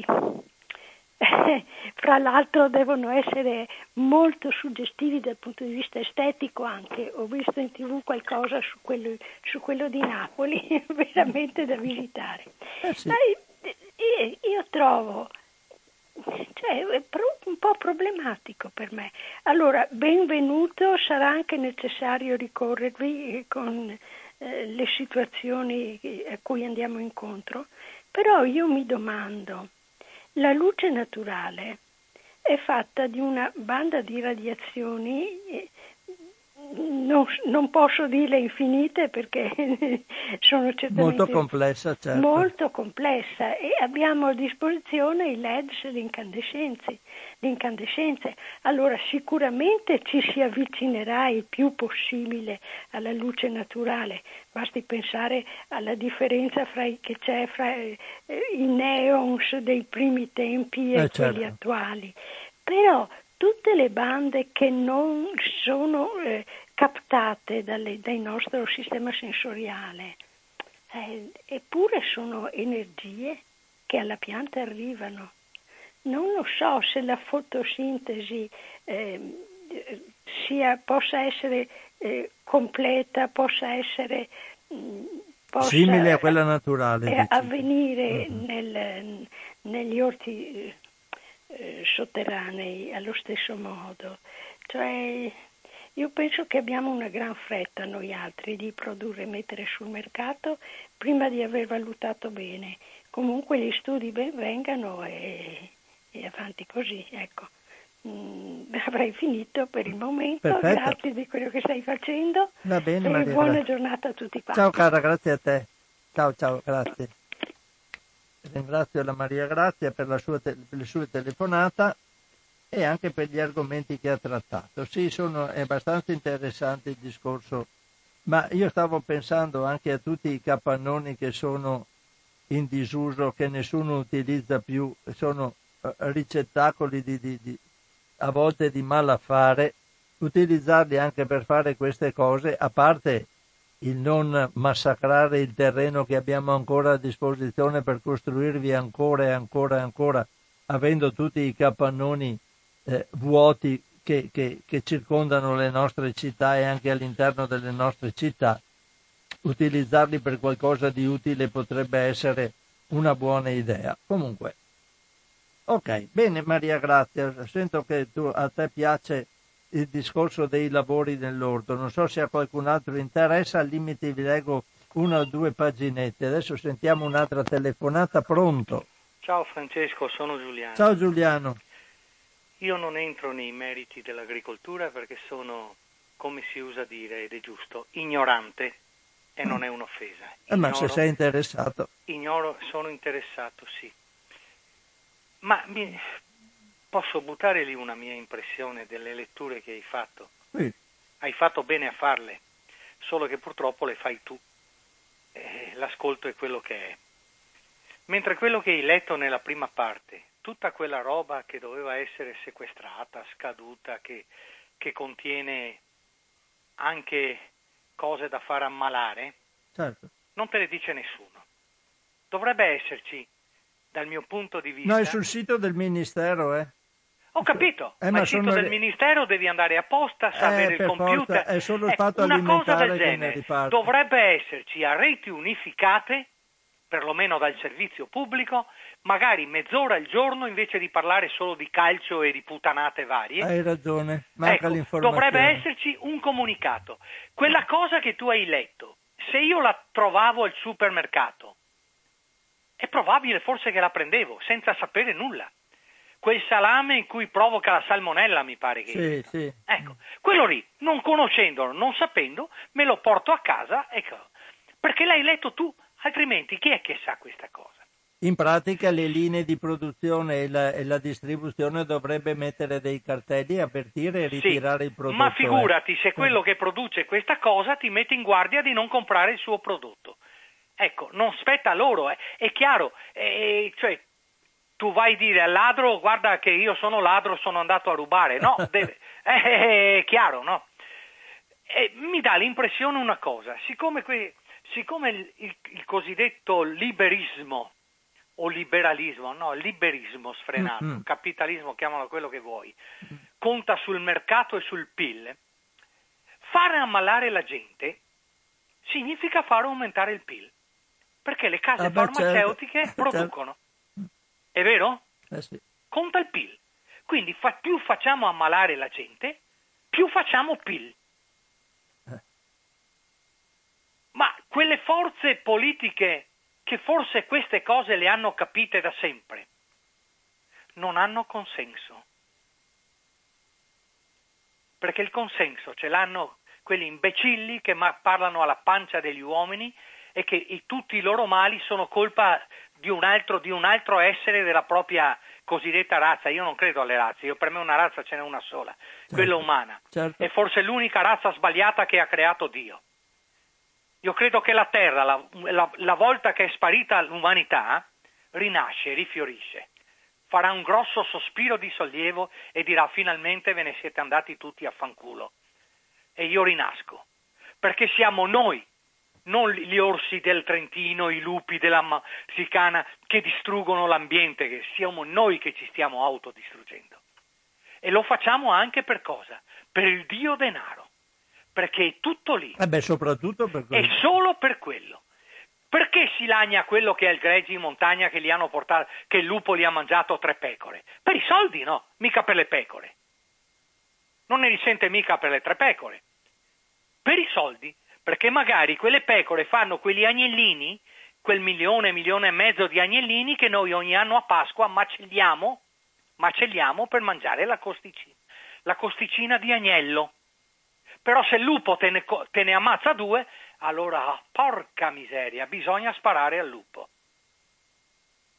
Fra l'altro devono essere molto suggestivi dal punto di vista estetico anche. Ho visto in tv qualcosa su quello, su quello di Napoli, veramente da visitare. Eh sì. Ma io, io trovo, cioè, è un po' problematico per me. Allora, benvenuto, sarà anche necessario ricorrervi con eh, le situazioni a cui andiamo incontro, però io mi domando, la luce naturale è fatta di una banda di radiazioni, non, non posso dirle infinite perché sono certamente molto complessa, certo. molto complessa, e abbiamo a disposizione i L E D e le incandescenze, le incandescenze. Allora sicuramente ci si avvicinerà il più possibile alla luce naturale. Basti pensare alla differenza fra i, che c'è fra eh, i neons dei primi tempi e eh, quelli certo. attuali. Però tutte le bande che non sono eh, captate dalle, dal nostro sistema sensoriale, eh, eppure sono energie che alla pianta arrivano. Non lo so se la fotosintesi eh, sia, possa essere eh, completa, possa essere mh, possa simile a quella naturale, eh, dici. avvenire uh-huh. nel, negli orti eh, sotterranei allo stesso modo. Cioè, io penso che abbiamo una gran fretta noi altri di produrre e mettere sul mercato prima di aver valutato bene. Comunque gli studi ben vengano e, e avanti così, ecco. Mm, avrei finito per il momento. Perfetto. Grazie di quello che stai facendo. Va bene, e Maria, buona grazie. giornata a tutti quanti. Ciao cara, grazie a te. Ciao ciao, grazie. ringrazio la Maria Grazia per la sua, te- per la sua telefonata e anche per gli argomenti che ha trattato. Sì, sono, è abbastanza interessante il discorso, ma io stavo pensando anche a tutti i capannoni che sono in disuso, che nessuno utilizza più, sono eh, ricettacoli di, di, di, a volte di malaffare, utilizzarli anche per fare queste cose, a parte il non massacrare il terreno che abbiamo ancora a disposizione per costruirvi ancora e ancora e ancora, avendo tutti i capannoni eh, vuoti che, che, che circondano le nostre città e anche all'interno delle nostre città. Utilizzarli per qualcosa di utile potrebbe essere una buona idea. Comunque, ok, bene Maria Grazia, sento che tu, a te piace il discorso dei lavori nell'orto, non so se a qualcun altro interessa, al limite vi leggo una o due paginette. Adesso sentiamo un'altra telefonata. Pronto? Ciao Francesco, sono Giuliano. Ciao Giuliano. Io non entro nei meriti dell'agricoltura perché sono, come si usa dire, ed è giusto, ignorante e non è un'offesa. Ignoro, Eh, ma se sei interessato. Ignoro, sono interessato, sì. Ma mi, posso buttare lì una mia impressione delle letture che hai fatto? Sì. Hai fatto bene a farle, solo che purtroppo le fai tu. Eh, l'ascolto è quello che è. Mentre quello che hai letto nella prima parte, tutta quella roba che doveva essere sequestrata, scaduta, che, che contiene anche cose da far ammalare, Certo. non te le dice nessuno. Dovrebbe esserci, dal mio punto di vista... No, è sul sito del Ministero, eh. Ho capito, eh, ma ma il sito sono... del Ministero devi andare apposta, eh, avere il computer. Forza, è solo il ecco, fatto una cosa alimentare del che ne genere riparte. dovrebbe esserci a reti unificate, perlomeno dal servizio pubblico, magari mezz'ora al giorno invece di parlare solo di calcio e di putanate varie. Hai ragione, manca ecco, l'informazione. dovrebbe esserci un comunicato. Quella cosa che tu hai letto, se io la trovavo al supermercato, è probabile forse che la prendevo senza sapere nulla. Quel salame in cui provoca la salmonella, mi pare che sì, sì. Ecco, quello lì, non conoscendolo, non sapendo, me lo porto a casa, ecco, perché l'hai letto tu, altrimenti chi è che sa questa cosa? In pratica le linee di produzione e la, e la distribuzione dovrebbe mettere dei cartelli, avvertire e ritirare sì, il prodotto. Ma figurati eh. se quello che produce questa cosa ti mette in guardia di non comprare il suo prodotto. Ecco, non spetta a loro, eh. È chiaro, eh, cioè tu vai a dire al ladro, guarda che io sono ladro, sono andato a rubare, no, deve, eh, è chiaro, no? E mi dà l'impressione una cosa, siccome, que, siccome il, il, il cosiddetto liberismo, o liberalismo, no, liberismo sfrenato, mm-hmm. capitalismo, chiamalo quello che vuoi, conta sul mercato e sul P I L, fare ammalare la gente significa fare aumentare il P I L, perché le case ah, beh, farmaceutiche certo. producono. È vero? Eh sì. Conta il P I L. Quindi fa, più facciamo ammalare la gente, più facciamo P I L. Eh. Ma quelle forze politiche che forse queste cose le hanno capite da sempre, non hanno consenso. Perché il consenso ce l'hanno quelli imbecilli che ma- parlano alla pancia degli uomini e che i, tutti i loro mali sono colpa di un altro, di un altro essere della propria cosiddetta razza. Io non credo alle razze, io per me una razza ce n'è una sola, certo. Quella umana. Certo. È forse l'unica razza sbagliata che ha creato Dio. Io credo che la Terra, la, la, la volta che è sparita l'umanità, rinasce, rifiorisce. Farà un grosso sospiro di sollievo e dirà finalmente ve ne siete andati tutti a fanculo. E io rinasco. Perché siamo noi, non gli orsi del Trentino, i lupi della Marsicana che distruggono l'ambiente, che siamo noi che ci stiamo autodistruggendo. E lo facciamo anche per cosa? Per il Dio denaro. Perché è tutto lì. Eh beh, soprattutto per quello. È solo per quello. Perché si lagna quello che ha il gregge in montagna che li hanno portato, che il lupo gli ha mangiato tre pecore? Per i soldi, no, mica per le pecore. Non ne risente mica per le tre pecore. Per i soldi, perché magari quelle pecore fanno quegli agnellini, quel milione, milione e mezzo di agnellini che noi ogni anno a Pasqua macelliamo, macelliamo per mangiare la costicina, la costicina di agnello. Però se il lupo te ne, te ne ammazza due, allora, porca miseria, bisogna sparare al lupo.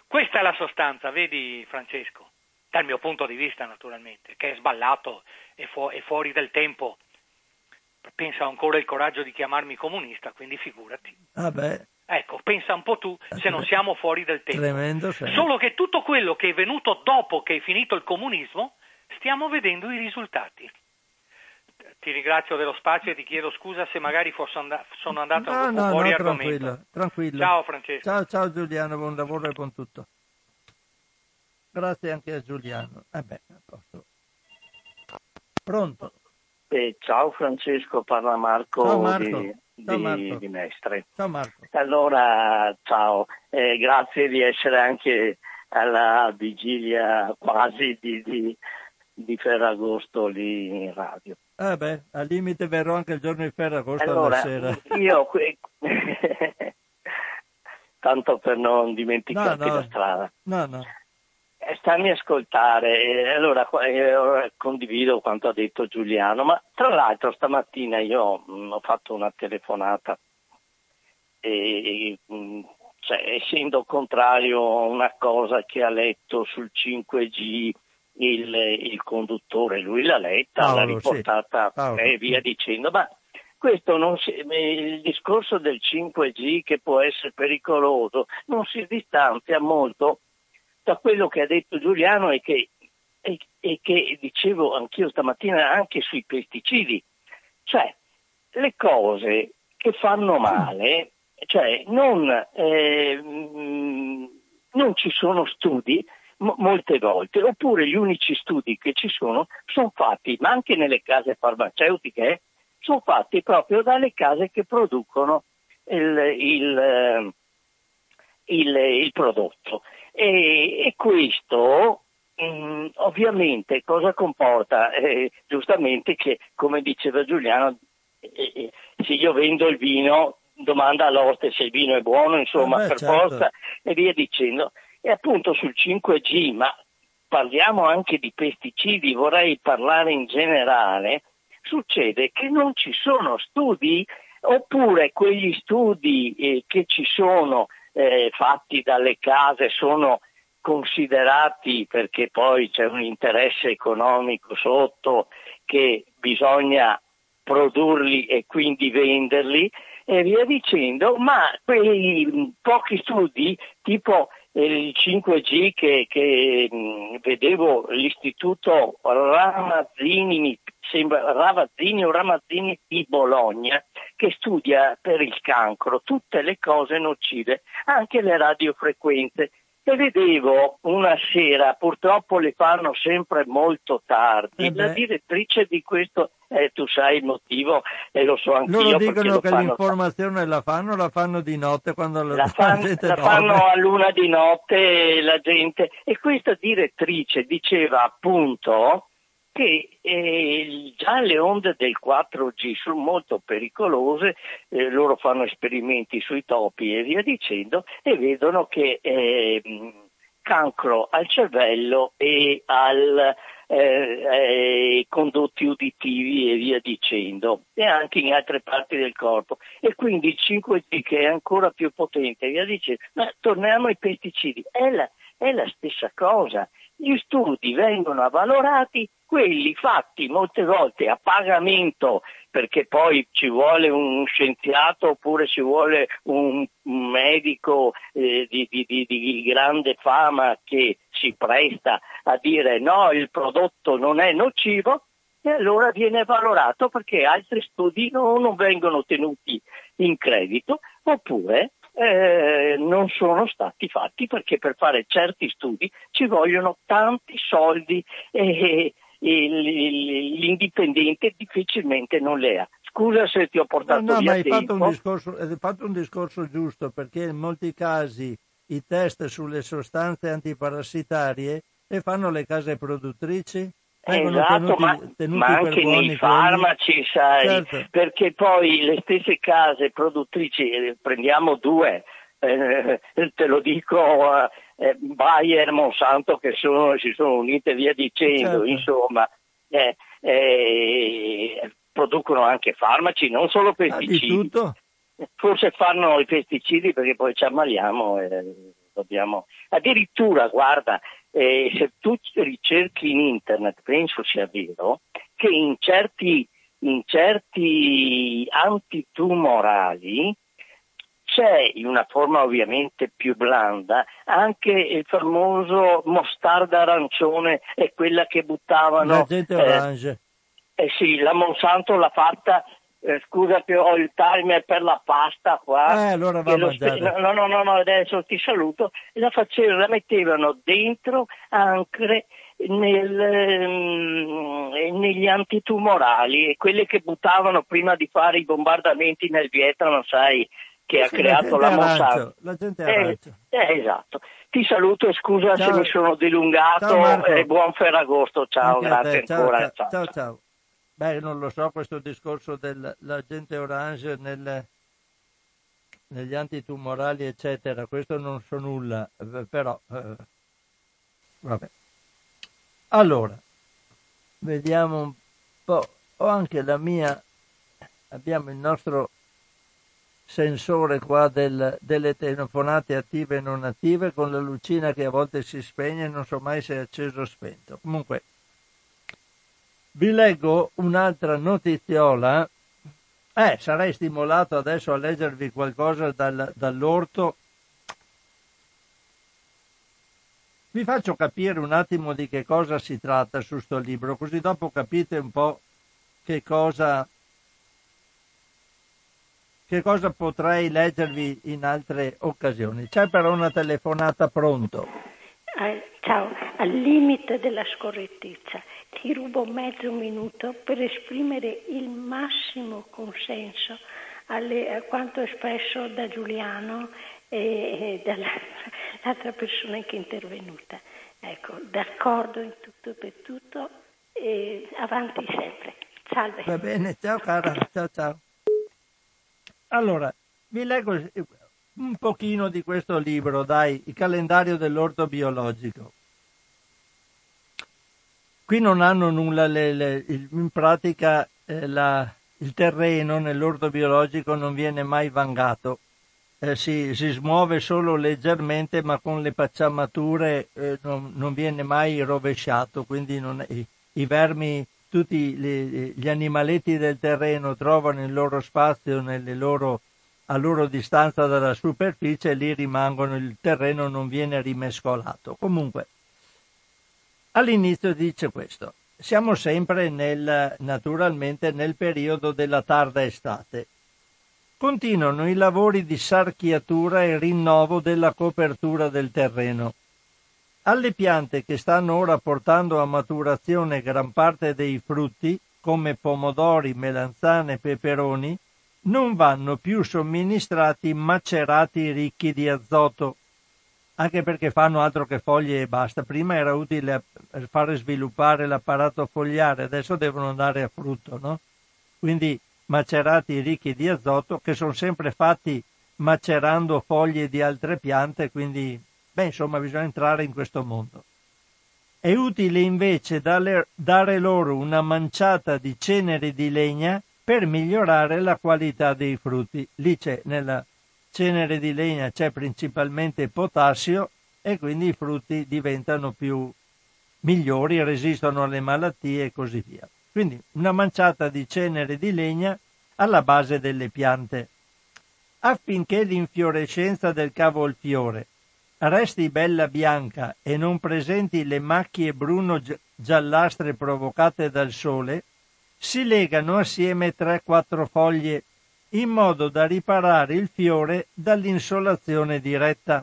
Questa è la sostanza, vedi Francesco, dal mio punto di vista naturalmente, che è sballato e, fu- e fuori del tempo. Pensa ancora il coraggio di chiamarmi comunista, quindi figurati. Ah beh. Ecco, pensa un po' tu se non siamo fuori del tempo. Tremendo, sì. Solo che tutto quello che è venuto dopo che è finito il comunismo, stiamo vedendo i risultati. Ti ringrazio dello spazio e ti chiedo scusa se magari fosse and- sono andato no, un po' no, fuori no, argomento. tranquillo, tranquillo. Ciao Francesco. Ciao, ciao Giuliano, buon lavoro e buon tutto. Grazie anche a Giuliano. Eh beh, a posto. Pronto? Eh, ciao Francesco, parla Marco, Ciao Marco. Di, Ciao di, Marco. di Mestre. Ciao Marco. Allora, ciao, eh, grazie di essere anche alla vigilia quasi di, di, di Ferragosto lì in radio. Eh beh, al limite verrò anche il giorno di Ferragosto allora, alla sera. Io que... tanto per non dimenticarti no, no. la strada. No, no. Stammi a ascoltare, allora eh, condivido quanto ha detto Giuliano, ma tra l'altro stamattina io mh, ho fatto una telefonata e mh, cioè, essendo contrario a una cosa che ha letto sul cinque G il, il conduttore, lui l'ha letta, Paolo, l'ha riportata sì. e via dicendo, ma questo non si, il discorso del cinque G che può essere pericoloso non si distanzia molto da quello che ha detto Giuliano e che, e, e che dicevo anch'io stamattina anche sui pesticidi. Cioè, le cose che fanno male, cioè non, eh, non ci sono studi m- molte volte, oppure gli unici studi che ci sono sono fatti, ma anche nelle case farmaceutiche, sono fatti proprio dalle case che producono il, il, il, il prodotto. E, e questo mh, ovviamente cosa comporta? Eh, giustamente che, come diceva Giuliano, eh, eh, se io vendo il vino, domanda all'oste se il vino è buono, insomma, ah beh, per certo. forza, e via dicendo. E appunto sul cinque G, ma parliamo anche di pesticidi, vorrei parlare in generale, succede che non ci sono studi, oppure quegli studi eh, che ci sono Eh, fatti dalle case sono considerati, perché poi c'è un interesse economico sotto, che bisogna produrli e quindi venderli e via dicendo, ma quei pochi studi tipo eh, il cinque G che, che mh, vedevo l'istituto Ramazzini, mi sembra Ravazzini o Ramazzini di Bologna, che studia per il cancro tutte le cose nocive, anche le radiofrequenze. E vedevo una sera, purtroppo le fanno sempre molto tardi, eh la direttrice di questo, eh, tu sai il motivo e lo so anch'io. Loro dicono lo che fanno l'informazione la fanno, la fanno di notte quando la, la, fan, la gente la dorme. fanno a luna di notte la gente, e questa direttrice diceva appunto che eh, già le onde del quattro G sono molto pericolose, eh, loro fanno esperimenti sui topi e via dicendo e vedono che eh, cancro al cervello e al eh, eh, condotti uditivi e via dicendo, e anche in altre parti del corpo, e quindi il cinque G che è ancora più potente e via dicendo. Ma torniamo ai pesticidi, è la, è la stessa cosa. Gli studi vengono avvalorati, quelli fatti molte volte a pagamento, perché poi ci vuole un scienziato oppure ci vuole un medico eh, di, di, di, di grande fama che si presta a dire no, il prodotto non è nocivo, e allora viene valorato perché altri studi non, non vengono tenuti in credito, oppure Eh, non sono stati fatti perché per fare certi studi ci vogliono tanti soldi e, e l'indipendente difficilmente non le ha. Scusa se ti ho portato no, no, via ma hai tempo. fatto un discorso, hai fatto un discorso giusto, perché in molti casi i test sulle sostanze antiparassitarie le fanno le case produttrici. Vengono Esatto, tenuti, ma, tenuti ma per anche buoni nei farmaci, quelli. sai, Certo. perché poi le stesse case produttrici, eh, prendiamo due, eh, te lo dico, eh, Bayer, Monsanto, che sono, si sono unite via dicendo, Certo. insomma, eh, eh, producono anche farmaci, non solo pesticidi. Ah, di tutto? Forse fanno i pesticidi perché poi ci ammaliamo. Eh, dobbiamo, addirittura guarda, eh, se tu ricerchi in internet, penso sia vero, che in certi, in certi antitumorali c'è, in una forma ovviamente più blanda, anche il famoso mostarda arancione, è quella che buttavano. L'agente orange. Eh, eh sì, la Monsanto l'ha fatta. Eh, scusa che ho il timer per la pasta qua. Eh, allora va a mangiare. Spe- no, no, no, no, adesso ti saluto. La facevano, la mettevano dentro anche nel, ehm, negli antitumorali, e quelle che buttavano prima di fare i bombardamenti nel Vietnam, sai, che ha sì, creato la Monsanto. La gente eh, eh, esatto. Ti saluto e scusa ciao. se mi sono dilungato e buon Ferragosto. Ciao, anche grazie ciao, ancora. Ciao, ciao, ciao, ciao. Beh, non lo so, questo discorso dell'agente orange nel, negli antitumorali, eccetera, questo non so nulla, però, eh, vabbè. Allora, vediamo un po', ho anche la mia, abbiamo il nostro sensore qua del, delle telefonate attive e non attive, con la lucina che a volte si spegne, non so mai se è acceso o spento. Comunque, vi leggo un'altra notiziola. Eh, sarei stimolato adesso a leggervi qualcosa dal, dall'orto. Vi faccio capire un attimo di che cosa si tratta su sto libro, così dopo capite un po' che cosa, che cosa potrei leggervi in altre occasioni. C'è però una telefonata, pronto? Eh, ciao, al limite della scorrettezza. Ti rubo mezzo minuto per esprimere il massimo consenso alle, a quanto espresso da Giuliano e, e dall'altra persona che è intervenuta. Ecco, d'accordo in tutto e per tutto, e avanti sempre. Salve. Va bene, ciao cara, ciao ciao. Allora, vi leggo un pochino di questo libro, dai, il calendario dell'orto biologico. Qui non hanno nulla, le, le, in pratica eh, la, il terreno nell'orto biologico non viene mai vangato, eh, si, si smuove solo leggermente, ma con le pacciamature eh, non, non viene mai rovesciato, quindi non, i, i vermi, tutti gli, gli animaletti del terreno trovano il loro spazio nelle loro, a loro distanza dalla superficie e lì rimangono, il terreno non viene rimescolato. Comunque, all'inizio dice questo: siamo sempre nel, naturalmente nel periodo della tarda estate. Continuano i lavori di sarchiatura e rinnovo della copertura del terreno. Alle piante che stanno ora portando a maturazione gran parte dei frutti, come pomodori, melanzane e peperoni, non vanno più somministrati macerati ricchi di azoto, anche perché fanno altro che foglie e basta. Prima era utile per fare sviluppare l'apparato fogliare, adesso devono andare a frutto, no? Quindi macerati ricchi di azoto, che sono sempre fatti macerando foglie di altre piante, quindi, beh, insomma, bisogna entrare in questo mondo. È utile invece dare, dare loro una manciata di ceneri di legna per migliorare la qualità dei frutti. Lì c'è, nella cenere di legna c'è principalmente potassio e quindi i frutti diventano più migliori, resistono alle malattie e così via. Quindi una manciata di cenere di legna alla base delle piante, affinché l'infiorescenza del cavolfiore resti bella bianca e non presenti le macchie bruno-giallastre provocate dal sole. Si legano assieme tre quattro foglie in modo da riparare il fiore dall'insolazione diretta.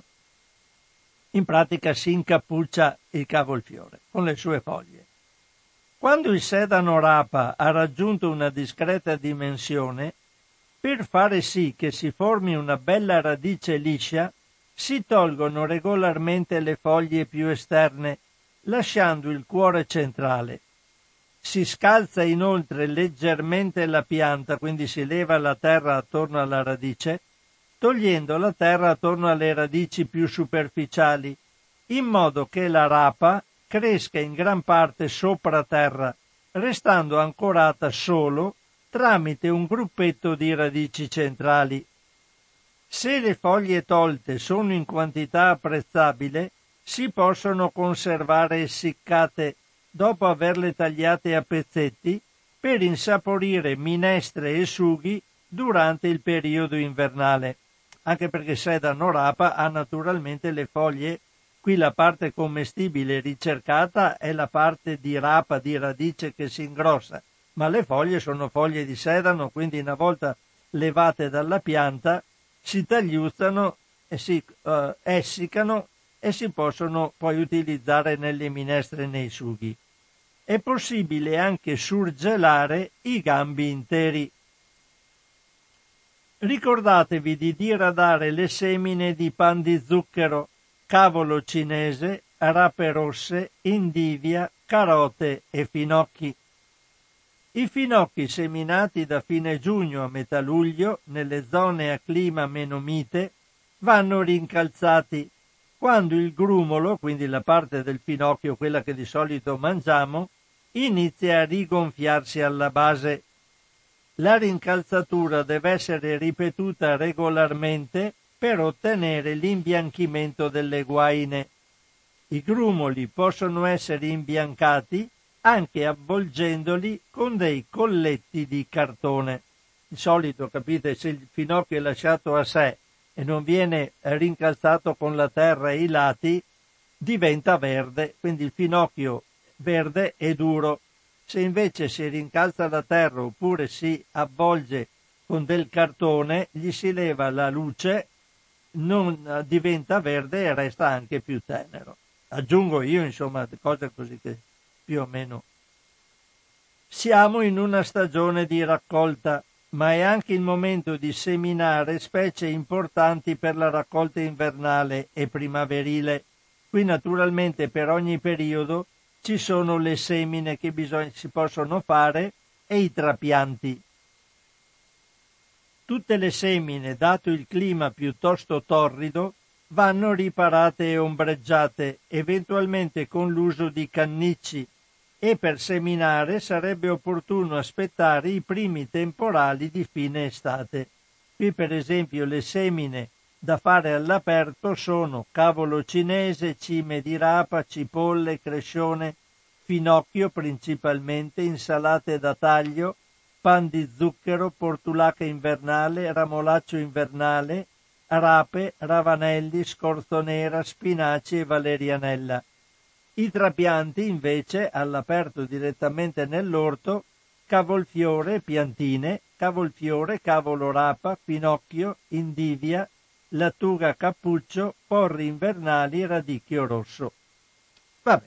In pratica si incappuccia il cavolfiore con le sue foglie. Quando il sedano rapa ha raggiunto una discreta dimensione, per fare sì che si formi una bella radice liscia, si tolgono regolarmente le foglie più esterne, lasciando il cuore centrale. Si scalza inoltre leggermente la pianta, quindi si leva la terra attorno alla radice, togliendo la terra attorno alle radici più superficiali, in modo che la rapa cresca in gran parte sopra terra, restando ancorata solo tramite un gruppetto di radici centrali. Se le foglie tolte sono in quantità apprezzabile, si possono conservare essiccate dopo averle tagliate a pezzetti per insaporire minestre e sughi durante il periodo invernale, anche perché sedano rapa ha naturalmente le foglie. Qui la parte commestibile ricercata è la parte di rapa, di radice che si ingrossa, ma le foglie sono foglie di sedano, quindi una volta levate dalla pianta si tagliuzzano e si uh, essiccano e si possono poi utilizzare nelle minestre e nei sughi. È possibile anche surgelare i gambi interi. Ricordatevi di diradare le semine di pan di zucchero, cavolo cinese, rape rosse, indivia, carote e finocchi. I finocchi seminati da fine giugno a metà luglio nelle zone a clima meno mite vanno rincalzati. Quando il grumolo, quindi la parte del finocchio, quella che di solito mangiamo, inizia a rigonfiarsi alla base. La rincalzatura deve essere ripetuta regolarmente per ottenere l'imbianchimento delle guaine. I grumoli possono essere imbiancati anche avvolgendoli con dei colletti di cartone. Di solito, capite, se il finocchio è lasciato a sé e non viene rincalzato con la terra ai lati, diventa verde, quindi il finocchio verde è duro. Se invece si rincalza la terra oppure si avvolge con del cartone, gli si leva la luce, non diventa verde e resta anche più tenero. Aggiungo io, insomma, cose così che più o meno. Siamo in una stagione di raccolta, ma è anche il momento di seminare specie importanti per la raccolta invernale e primaverile. Qui naturalmente per ogni periodo ci sono le semine che bisogna, si possono fare e i trapianti. Tutte le semine, dato il clima piuttosto torrido, vanno riparate e ombreggiate, eventualmente con l'uso di cannicci, e per seminare sarebbe opportuno aspettare i primi temporali di fine estate. Qui per esempio le semine da fare all'aperto sono cavolo cinese, cime di rapa, cipolle, crescione, finocchio principalmente, insalate da taglio, pan di zucchero, portulaca invernale, ramolaccio invernale, rape, ravanelli, scorzonera, spinaci e valerianella. I trapianti invece all'aperto direttamente nell'orto, cavolfiore, piantine, cavolfiore, cavolo rapa, finocchio, indivia, lattuga cappuccio, porri invernali, radicchio rosso. Vabbè.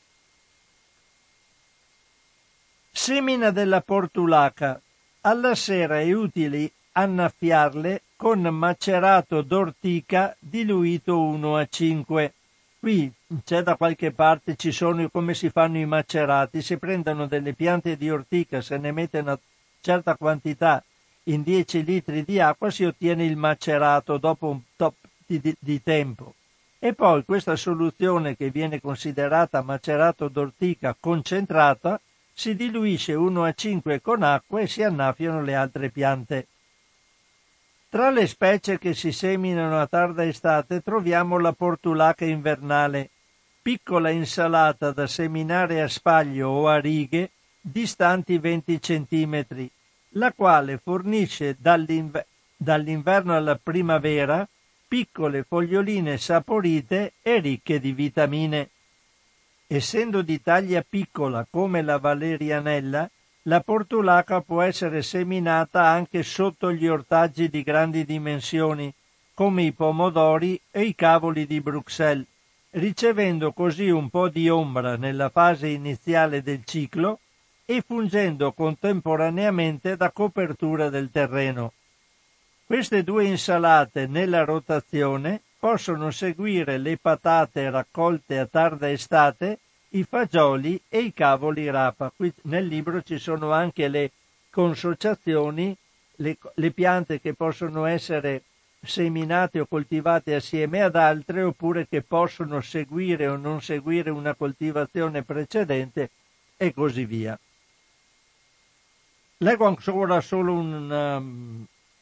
Semina della portulaca. Alla sera è utile annaffiarle con macerato d'ortica diluito uno a cinque. Qui c'è da qualche parte, ci sono come si fanno i macerati, si prendono delle piante di ortica, se ne mette una certa quantità in dieci litri di acqua, si ottiene il macerato dopo un top di, di, di tempo. E poi questa soluzione, che viene considerata macerato d'ortica concentrata, si diluisce uno a cinque con acqua e si annaffiano le altre piante. Tra le specie che si seminano a tarda estate troviamo la portulaca invernale, piccola insalata da seminare a spaglio o a righe distanti venti centimetri, la quale fornisce dall'inver- dall'inverno alla primavera piccole foglioline saporite e ricche di vitamine. Essendo di taglia piccola come la valerianella, la portulaca può essere seminata anche sotto gli ortaggi di grandi dimensioni, come i pomodori e i cavoli di Bruxelles, ricevendo così un po' di ombra nella fase iniziale del ciclo e fungendo contemporaneamente da copertura del terreno. Queste due insalate nella rotazione possono seguire le patate raccolte a tarda estate, i fagioli e i cavoli rapa. Qui nel libro ci sono anche le consociazioni, le, le piante che possono essere seminate o coltivate assieme ad altre, oppure che possono seguire o non seguire una coltivazione precedente e così via. Leggo ancora solo un, um,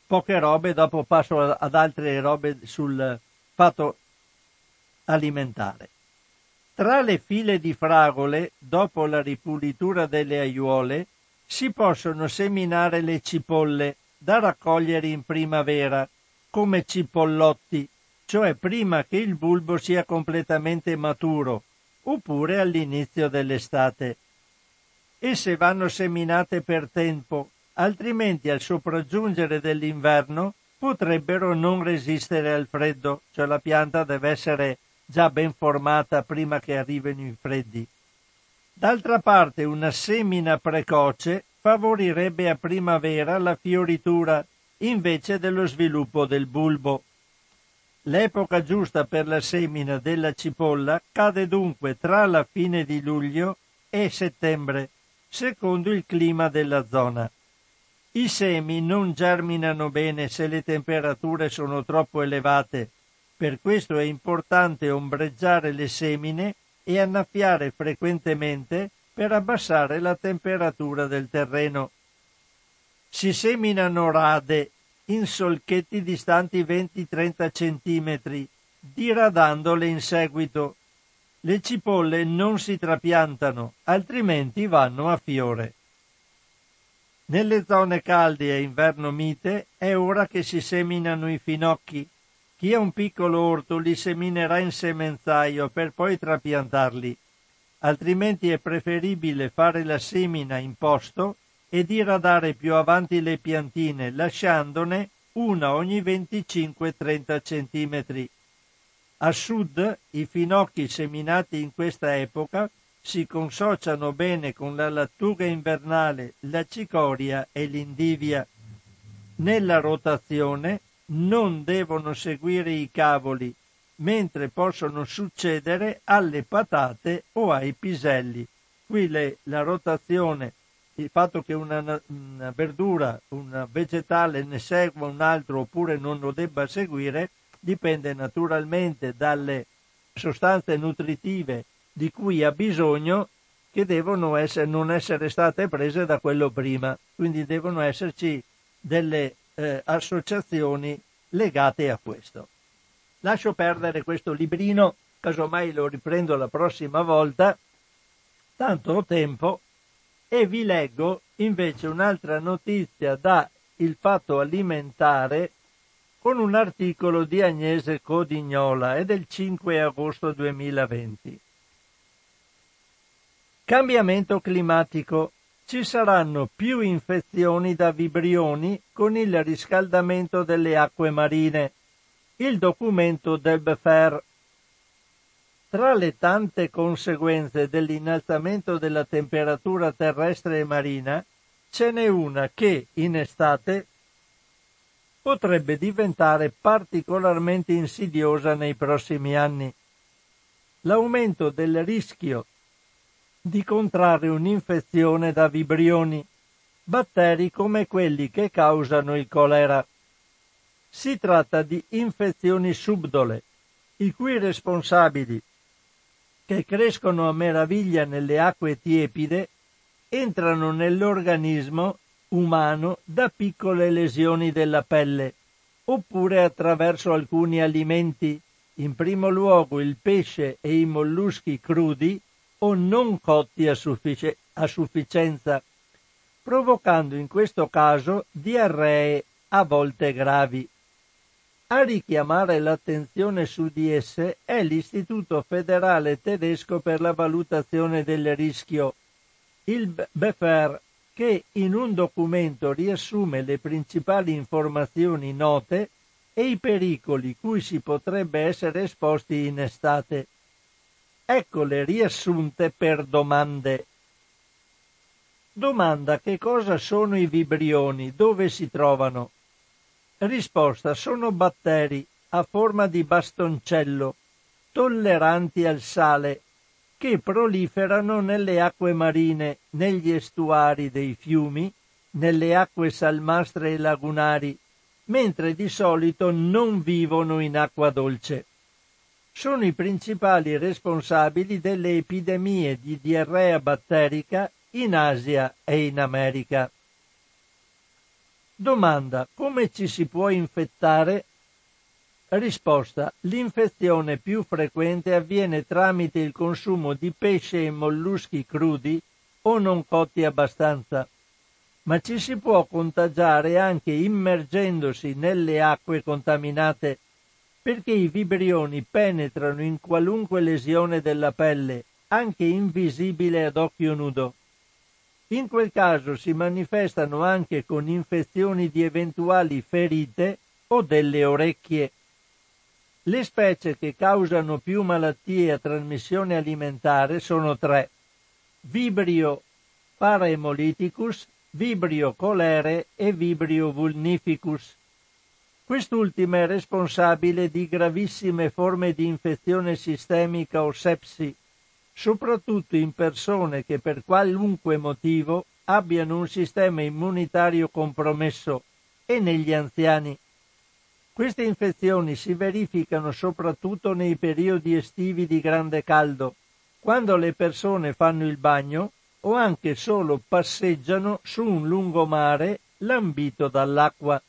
poche robe, dopo passo ad altre robe sul fatto alimentare. Tra le file di fragole, dopo la ripulitura delle aiuole, si possono seminare le cipolle da raccogliere in primavera, come cipollotti, cioè prima che il bulbo sia completamente maturo, oppure all'inizio dell'estate. Esse vanno seminate per tempo, altrimenti al sopraggiungere dell'inverno potrebbero non resistere al freddo, cioè la pianta deve essere già ben formata prima che arrivino i freddi. D'altra parte una semina precoce favorirebbe a primavera la fioritura invece dello sviluppo del bulbo. L'epoca giusta per la semina della cipolla cade dunque tra la fine di luglio e settembre, secondo il clima della zona. I semi non germinano bene se le temperature sono troppo elevate, per questo è importante ombreggiare le semine e annaffiare frequentemente per abbassare la temperatura del terreno. Si seminano rade in solchetti distanti venti trenta centimetri, diradandole in seguito. Le cipolle non si trapiantano, altrimenti vanno a fiore. Nelle zone calde e inverno mite è ora che si seminano i finocchi. Chi ha un piccolo orto li seminerà in semenzaio per poi trapiantarli, altrimenti è preferibile fare la semina in posto e diradare più avanti le piantine, lasciandone una ogni venticinque trenta centimetri. A sud i finocchi seminati in questa epoca si consociano bene con la lattuga invernale, la cicoria e l'indivia. Nella rotazione non devono seguire i cavoli, mentre possono succedere alle patate o ai piselli. Qui le, la rotazione, il fatto che una, una verdura, un vegetale ne segua un altro oppure non lo debba seguire, dipende naturalmente dalle sostanze nutritive di cui ha bisogno, che devono essere, non essere state prese da quello prima. Quindi devono esserci delle eh, associazioni legate a questo. Lascio perdere questo librino, casomai lo riprendo la prossima volta, tanto ho tempo, e vi leggo invece un'altra notizia da Il Fatto Alimentare con un articolo di Agnese Codignola, è del cinque agosto duemilaventi. Cambiamento climatico. Ci saranno più infezioni da vibrioni con il riscaldamento delle acque marine. Il documento del B F E R. Tra le tante conseguenze dell'innalzamento della temperatura terrestre e marina, ce n'è una che, in estate, potrebbe diventare particolarmente insidiosa nei prossimi anni. L'aumento del rischio di contrarre un'infezione da vibrioni, batteri come quelli che causano il colera. Si tratta di infezioni subdole, i cui responsabili, che crescono a meraviglia nelle acque tiepide, entrano nell'organismo umano da piccole lesioni della pelle, oppure attraverso alcuni alimenti, in primo luogo il pesce e i molluschi crudi o non cotti a, suffic- a sufficienza, provocando in questo caso diarree a volte gravi. A richiamare l'attenzione su di esse è l'Istituto Federale Tedesco per la Valutazione del Rischio, il B F E R, che in un documento riassume le principali informazioni note e i pericoli cui si potrebbe essere esposti in estate. Eccole riassunte per domande. Domanda: che cosa sono i vibrioni? Dove si trovano? Risposta: sono batteri a forma di bastoncello, tolleranti al sale, che proliferano nelle acque marine, negli estuari dei fiumi, nelle acque salmastre e lagunari, mentre di solito non vivono in acqua dolce. Sono i principali responsabili delle epidemie di diarrea batterica in Asia e in America. Domanda: come ci si può infettare? Risposta: l'infezione più frequente avviene tramite il consumo di pesce e molluschi crudi o non cotti abbastanza, ma ci si può contagiare anche immergendosi nelle acque contaminate, perché i vibrioni penetrano in qualunque lesione della pelle, anche invisibile ad occhio nudo. In quel caso si manifestano anche con infezioni di eventuali ferite o delle orecchie. Le specie che causano più malattie a trasmissione alimentare sono tre: Vibrio parahemolyticus, Vibrio cholerae e Vibrio vulnificus. Quest'ultima è responsabile di gravissime forme di infezione sistemica o sepsi, soprattutto in persone che per qualunque motivo abbiano un sistema immunitario compromesso e negli anziani. Queste infezioni si verificano soprattutto nei periodi estivi di grande caldo, quando le persone fanno il bagno o anche solo passeggiano su un lungomare lambito dall'acqua.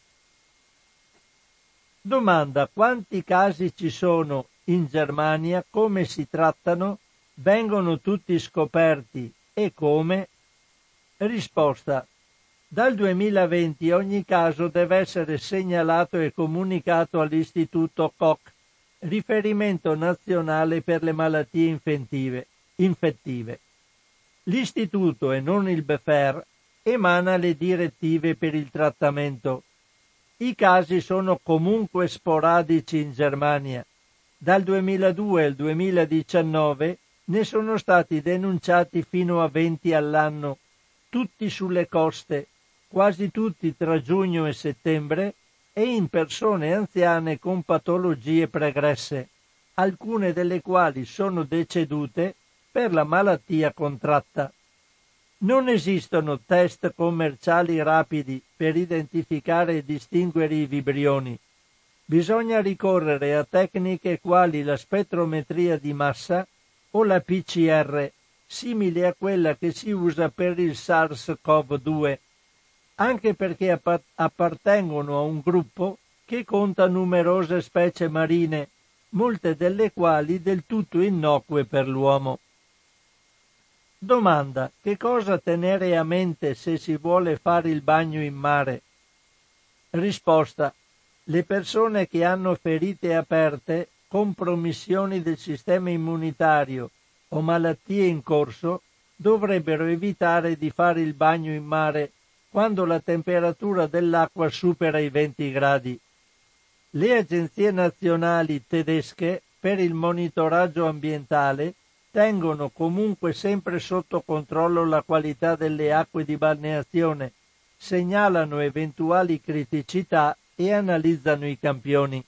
Domanda: quanti casi ci sono in Germania? Come si trattano? Vengono tutti scoperti e come? Risposta: dal duemilaventi ogni caso deve essere segnalato e comunicato all'Istituto Koch, riferimento nazionale per le malattie infettive. infettive. L'Istituto, e non il Befer, emana le direttive per il trattamento. I casi sono comunque sporadici in Germania. Dal duemiladue al duemiladiciannove ne sono stati denunciati fino a venti all'anno, tutti sulle coste, quasi tutti tra giugno e settembre, e in persone anziane con patologie pregresse, alcune delle quali sono decedute per la malattia contratta. Non esistono test commerciali rapidi per identificare e distinguere i vibrioni. Bisogna ricorrere a tecniche quali la spettrometria di massa o la P C R, simile a quella che si usa per il SARS-CoV due, anche perché appartengono a un gruppo che conta numerose specie marine, molte delle quali del tutto innocue per l'uomo. Domanda: che cosa tenere a mente se si vuole fare il bagno in mare? Risposta: le persone che hanno ferite aperte, compromissioni del sistema immunitario o malattie in corso dovrebbero evitare di fare il bagno in mare quando la temperatura dell'acqua supera i venti gradi. Le agenzie nazionali tedesche per il monitoraggio ambientale tengono comunque sempre sotto controllo la qualità delle acque di balneazione, segnalano eventuali criticità e analizzano i campioni.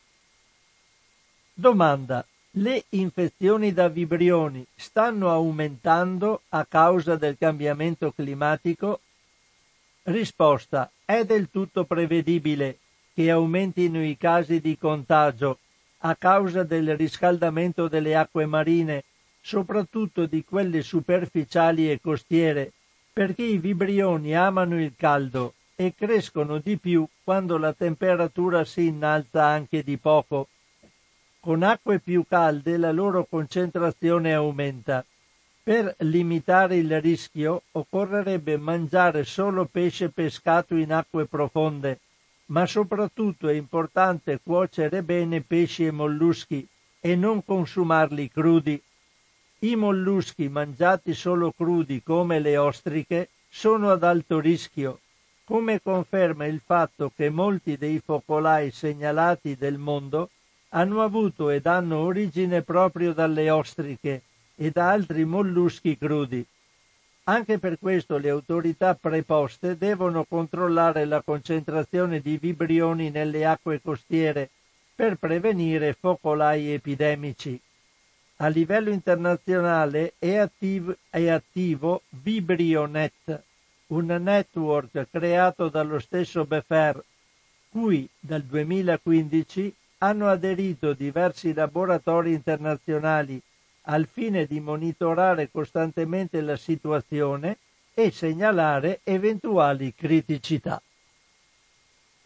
Domanda: le infezioni da vibrioni stanno aumentando a causa del cambiamento climatico? Risposta: è del tutto prevedibile che aumentino i casi di contagio a causa del riscaldamento delle acque marine, soprattutto di quelle superficiali e costiere, perché i vibrioni amano il caldo e crescono di più quando la temperatura si innalza anche di poco. Con acque più calde la loro concentrazione aumenta. Per limitare il rischio occorrerebbe mangiare solo pesce pescato in acque profonde, ma soprattutto è importante cuocere bene pesci e molluschi e non consumarli crudi. I molluschi mangiati solo crudi, come le ostriche, sono ad alto rischio, come conferma il fatto che molti dei focolai segnalati del mondo hanno avuto ed hanno origine proprio dalle ostriche e da altri molluschi crudi. Anche per questo le autorità preposte devono controllare la concentrazione di vibrioni nelle acque costiere per prevenire focolai epidemici. A livello internazionale è attivo, è attivo VibrioNet, un network creato dallo stesso Befer, cui dal duemilaquindici hanno aderito diversi laboratori internazionali al fine di monitorare costantemente la situazione e segnalare eventuali criticità.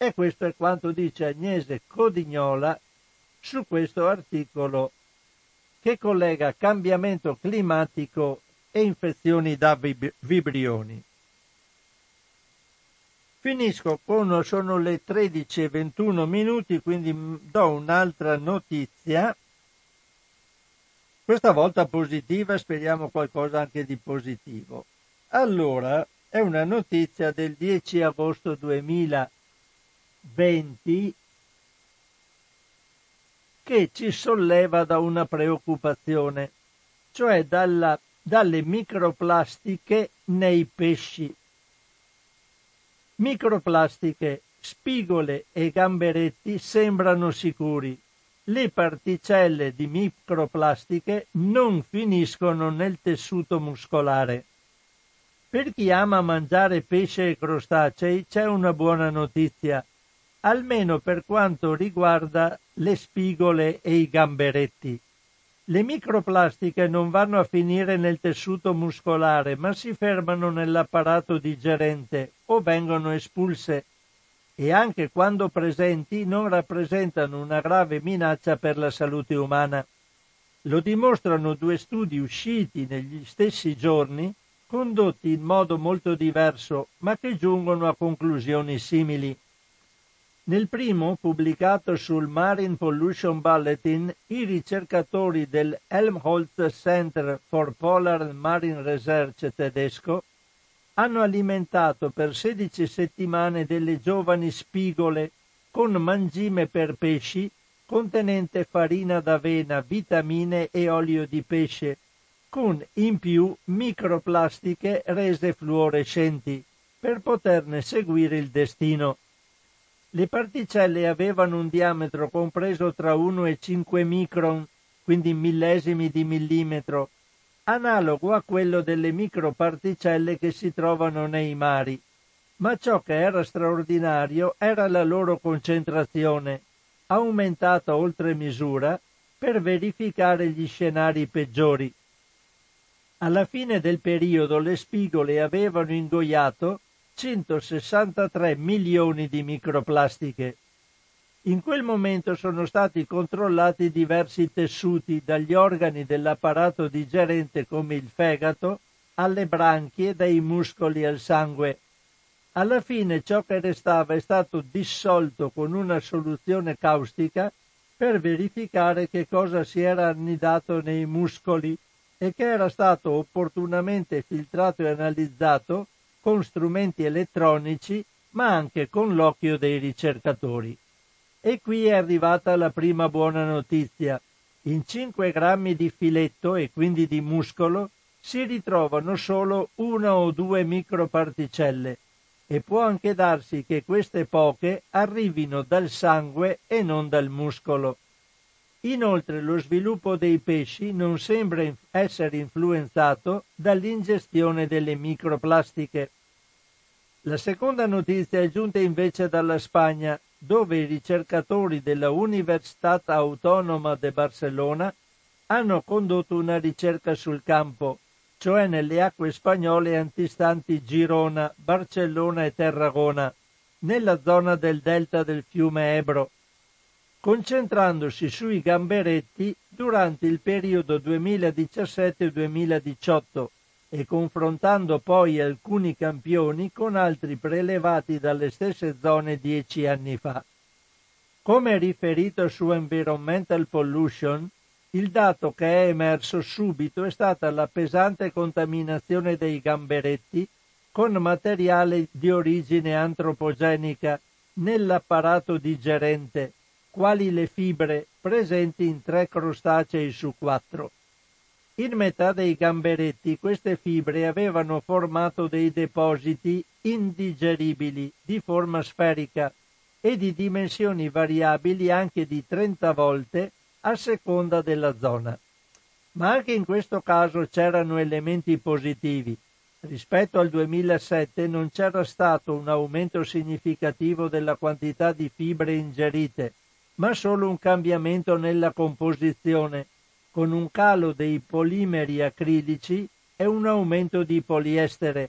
E questo è quanto dice Agnese Codignola su questo articolo che collega cambiamento climatico e infezioni da vib- vibrioni. Finisco con, sono le tredici e ventuno minuti, quindi do un'altra notizia, questa volta positiva, speriamo qualcosa anche di positivo. Allora, è una notizia del dieci agosto duemilaventi che ci solleva da una preoccupazione, cioè dalla, dalle microplastiche nei pesci. Microplastiche, spigole e gamberetti sembrano sicuri. Le particelle di microplastiche non finiscono nel tessuto muscolare. Per chi ama mangiare pesce e crostacei c'è una buona notizia, almeno per quanto riguarda le spigole e i gamberetti. Le microplastiche non vanno a finire nel tessuto muscolare, ma si fermano nell'apparato digerente o vengono espulse e anche quando presenti non rappresentano una grave minaccia per la salute umana. Lo dimostrano due studi usciti negli stessi giorni, condotti in modo molto diverso, ma che giungono a conclusioni simili. Nel primo, pubblicato sul Marine Pollution Bulletin, i ricercatori del Helmholtz Center for Polar and Marine Research tedesco hanno alimentato per sedici settimane delle giovani spigole con mangime per pesci contenente farina d'avena, vitamine e olio di pesce, con in più microplastiche rese fluorescenti per poterne seguire il destino. Le particelle avevano un diametro compreso tra uno e cinque micron, quindi millesimi di millimetro, analogo a quello delle microparticelle che si trovano nei mari, ma ciò che era straordinario era la loro concentrazione, aumentata oltre misura per verificare gli scenari peggiori. Alla fine del periodo le spigole avevano ingoiato centosessantatré milioni di microplastiche. In quel momento sono stati controllati diversi tessuti, dagli organi dell'apparato digerente come il fegato, alle branchie, dai muscoli al sangue. Alla fine ciò che restava è stato dissolto con una soluzione caustica per verificare che cosa si era annidato nei muscoli e che era stato opportunamente filtrato e analizzato con strumenti elettronici, ma anche con l'occhio dei ricercatori. E qui è arrivata la prima buona notizia. In cinque grammi di filetto e quindi di muscolo si ritrovano solo una o due microparticelle e può anche darsi che queste poche arrivino dal sangue e non dal muscolo. Inoltre lo sviluppo dei pesci non sembra essere influenzato dall'ingestione delle microplastiche. La seconda notizia è giunta invece dalla Spagna, dove i ricercatori della Universitat Autónoma de Barcelona hanno condotto una ricerca sul campo, cioè nelle acque spagnole antistanti Girona, Barcellona e Tarragona, nella zona del delta del fiume Ebro, concentrandosi sui gamberetti durante il periodo duemiladiciassette duemiladiciotto e confrontando poi alcuni campioni con altri prelevati dalle stesse zone dieci anni fa. Come riferito su Environmental Pollution, il dato che è emerso subito è stata la pesante contaminazione dei gamberetti con materiale di origine antropogenica nell'apparato digerente, quali le fibre presenti in tre crostacei su quattro. In metà dei gamberetti queste fibre avevano formato dei depositi indigeribili di forma sferica e di dimensioni variabili anche di trenta volte a seconda della zona. Ma anche in questo caso c'erano elementi positivi. Rispetto al duemilasette non c'era stato un aumento significativo della quantità di fibre ingerite, ma solo un cambiamento nella composizione, con un calo dei polimeri acrilici e un aumento di poliestere,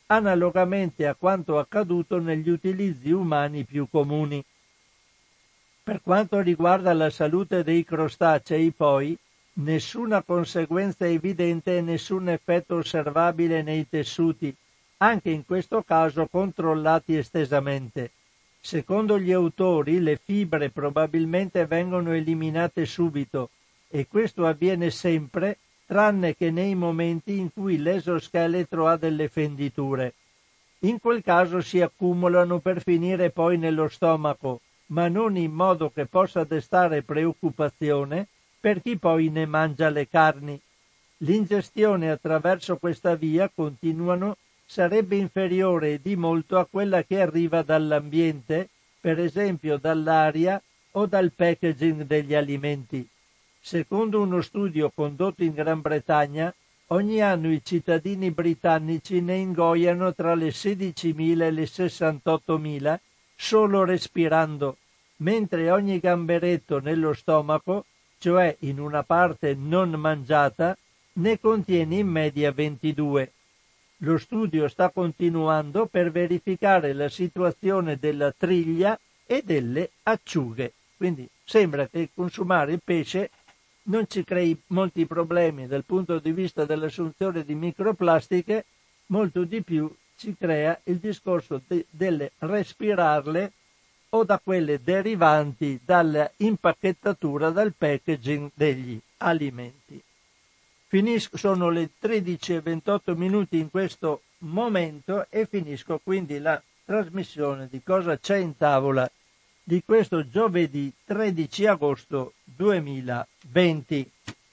analogamente a quanto accaduto negli utilizzi umani più comuni. Per quanto riguarda la salute dei crostacei, poi, nessuna conseguenza evidente e nessun effetto osservabile nei tessuti, anche in questo caso controllati estesamente. Secondo gli autori, le fibre probabilmente vengono eliminate subito, e questo avviene sempre, tranne che nei momenti in cui l'esoscheletro ha delle fenditure. In quel caso si accumulano per finire poi nello stomaco, ma non in modo che possa destare preoccupazione per chi poi ne mangia le carni. L'ingestione attraverso questa via, continuano, sarebbe inferiore di molto a quella che arriva dall'ambiente, per esempio dall'aria o dal packaging degli alimenti. Secondo uno studio condotto in Gran Bretagna, ogni anno i cittadini britannici ne ingoiano tra le sedicimila e le sessantottomila solo respirando, mentre ogni gamberetto nello stomaco, cioè in una parte non mangiata, ne contiene in media ventidue. Lo studio sta continuando per verificare la situazione della triglia e delle acciughe. Quindi sembra che consumare il pesce non ci crei molti problemi dal punto di vista dell'assunzione di microplastiche, molto di più ci crea il discorso de- delle respirarle o da quelle derivanti dalla impacchettatura, dal packaging degli alimenti. Finisco, sono le tredici e ventotto minuti in questo momento e finisco quindi la trasmissione di Cosa c'è in tavola di questo giovedì tredici agosto duemilaventi.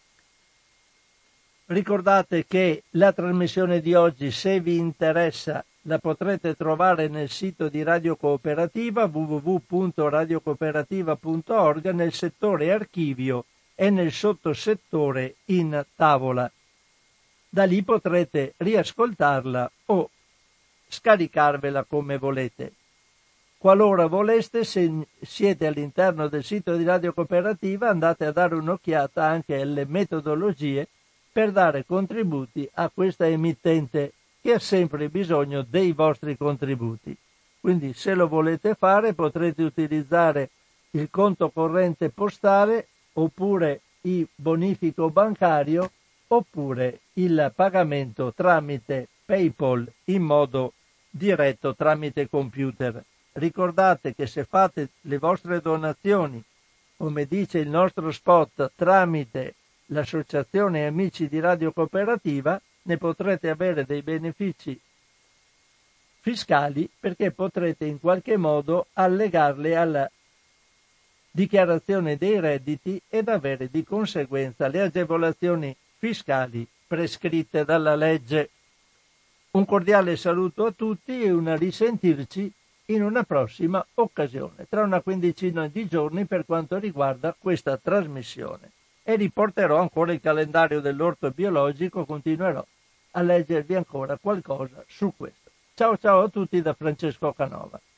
Ricordate che la trasmissione di oggi, se vi interessa, la potrete trovare nel sito di Radio Cooperativa w w w punto radio cooperativa punto org nel settore archivio e nel sottosettore in tavola. Da lì potrete riascoltarla o scaricarvela come volete. Qualora voleste, se siete all'interno del sito di Radio Cooperativa, andate a dare un'occhiata anche alle metodologie per dare contributi a questa emittente che ha sempre bisogno dei vostri contributi. Quindi se lo volete fare potrete utilizzare il conto corrente postale oppure il bonifico bancario oppure il pagamento tramite PayPal in modo diretto tramite computer. Ricordate che se fate le vostre donazioni, come dice il nostro spot, tramite l'Associazione Amici di Radio Cooperativa, ne potrete avere dei benefici fiscali perché potrete in qualche modo allegarle alla dichiarazione dei redditi ed avere di conseguenza le agevolazioni fiscali prescritte dalla legge. Un cordiale saluto a tutti e una risentirci in una prossima occasione, tra una quindicina di giorni per quanto riguarda questa trasmissione. E riporterò ancora il calendario dell'orto biologico, continuerò a leggervi ancora qualcosa su questo. Ciao ciao a tutti da Francesco Canova.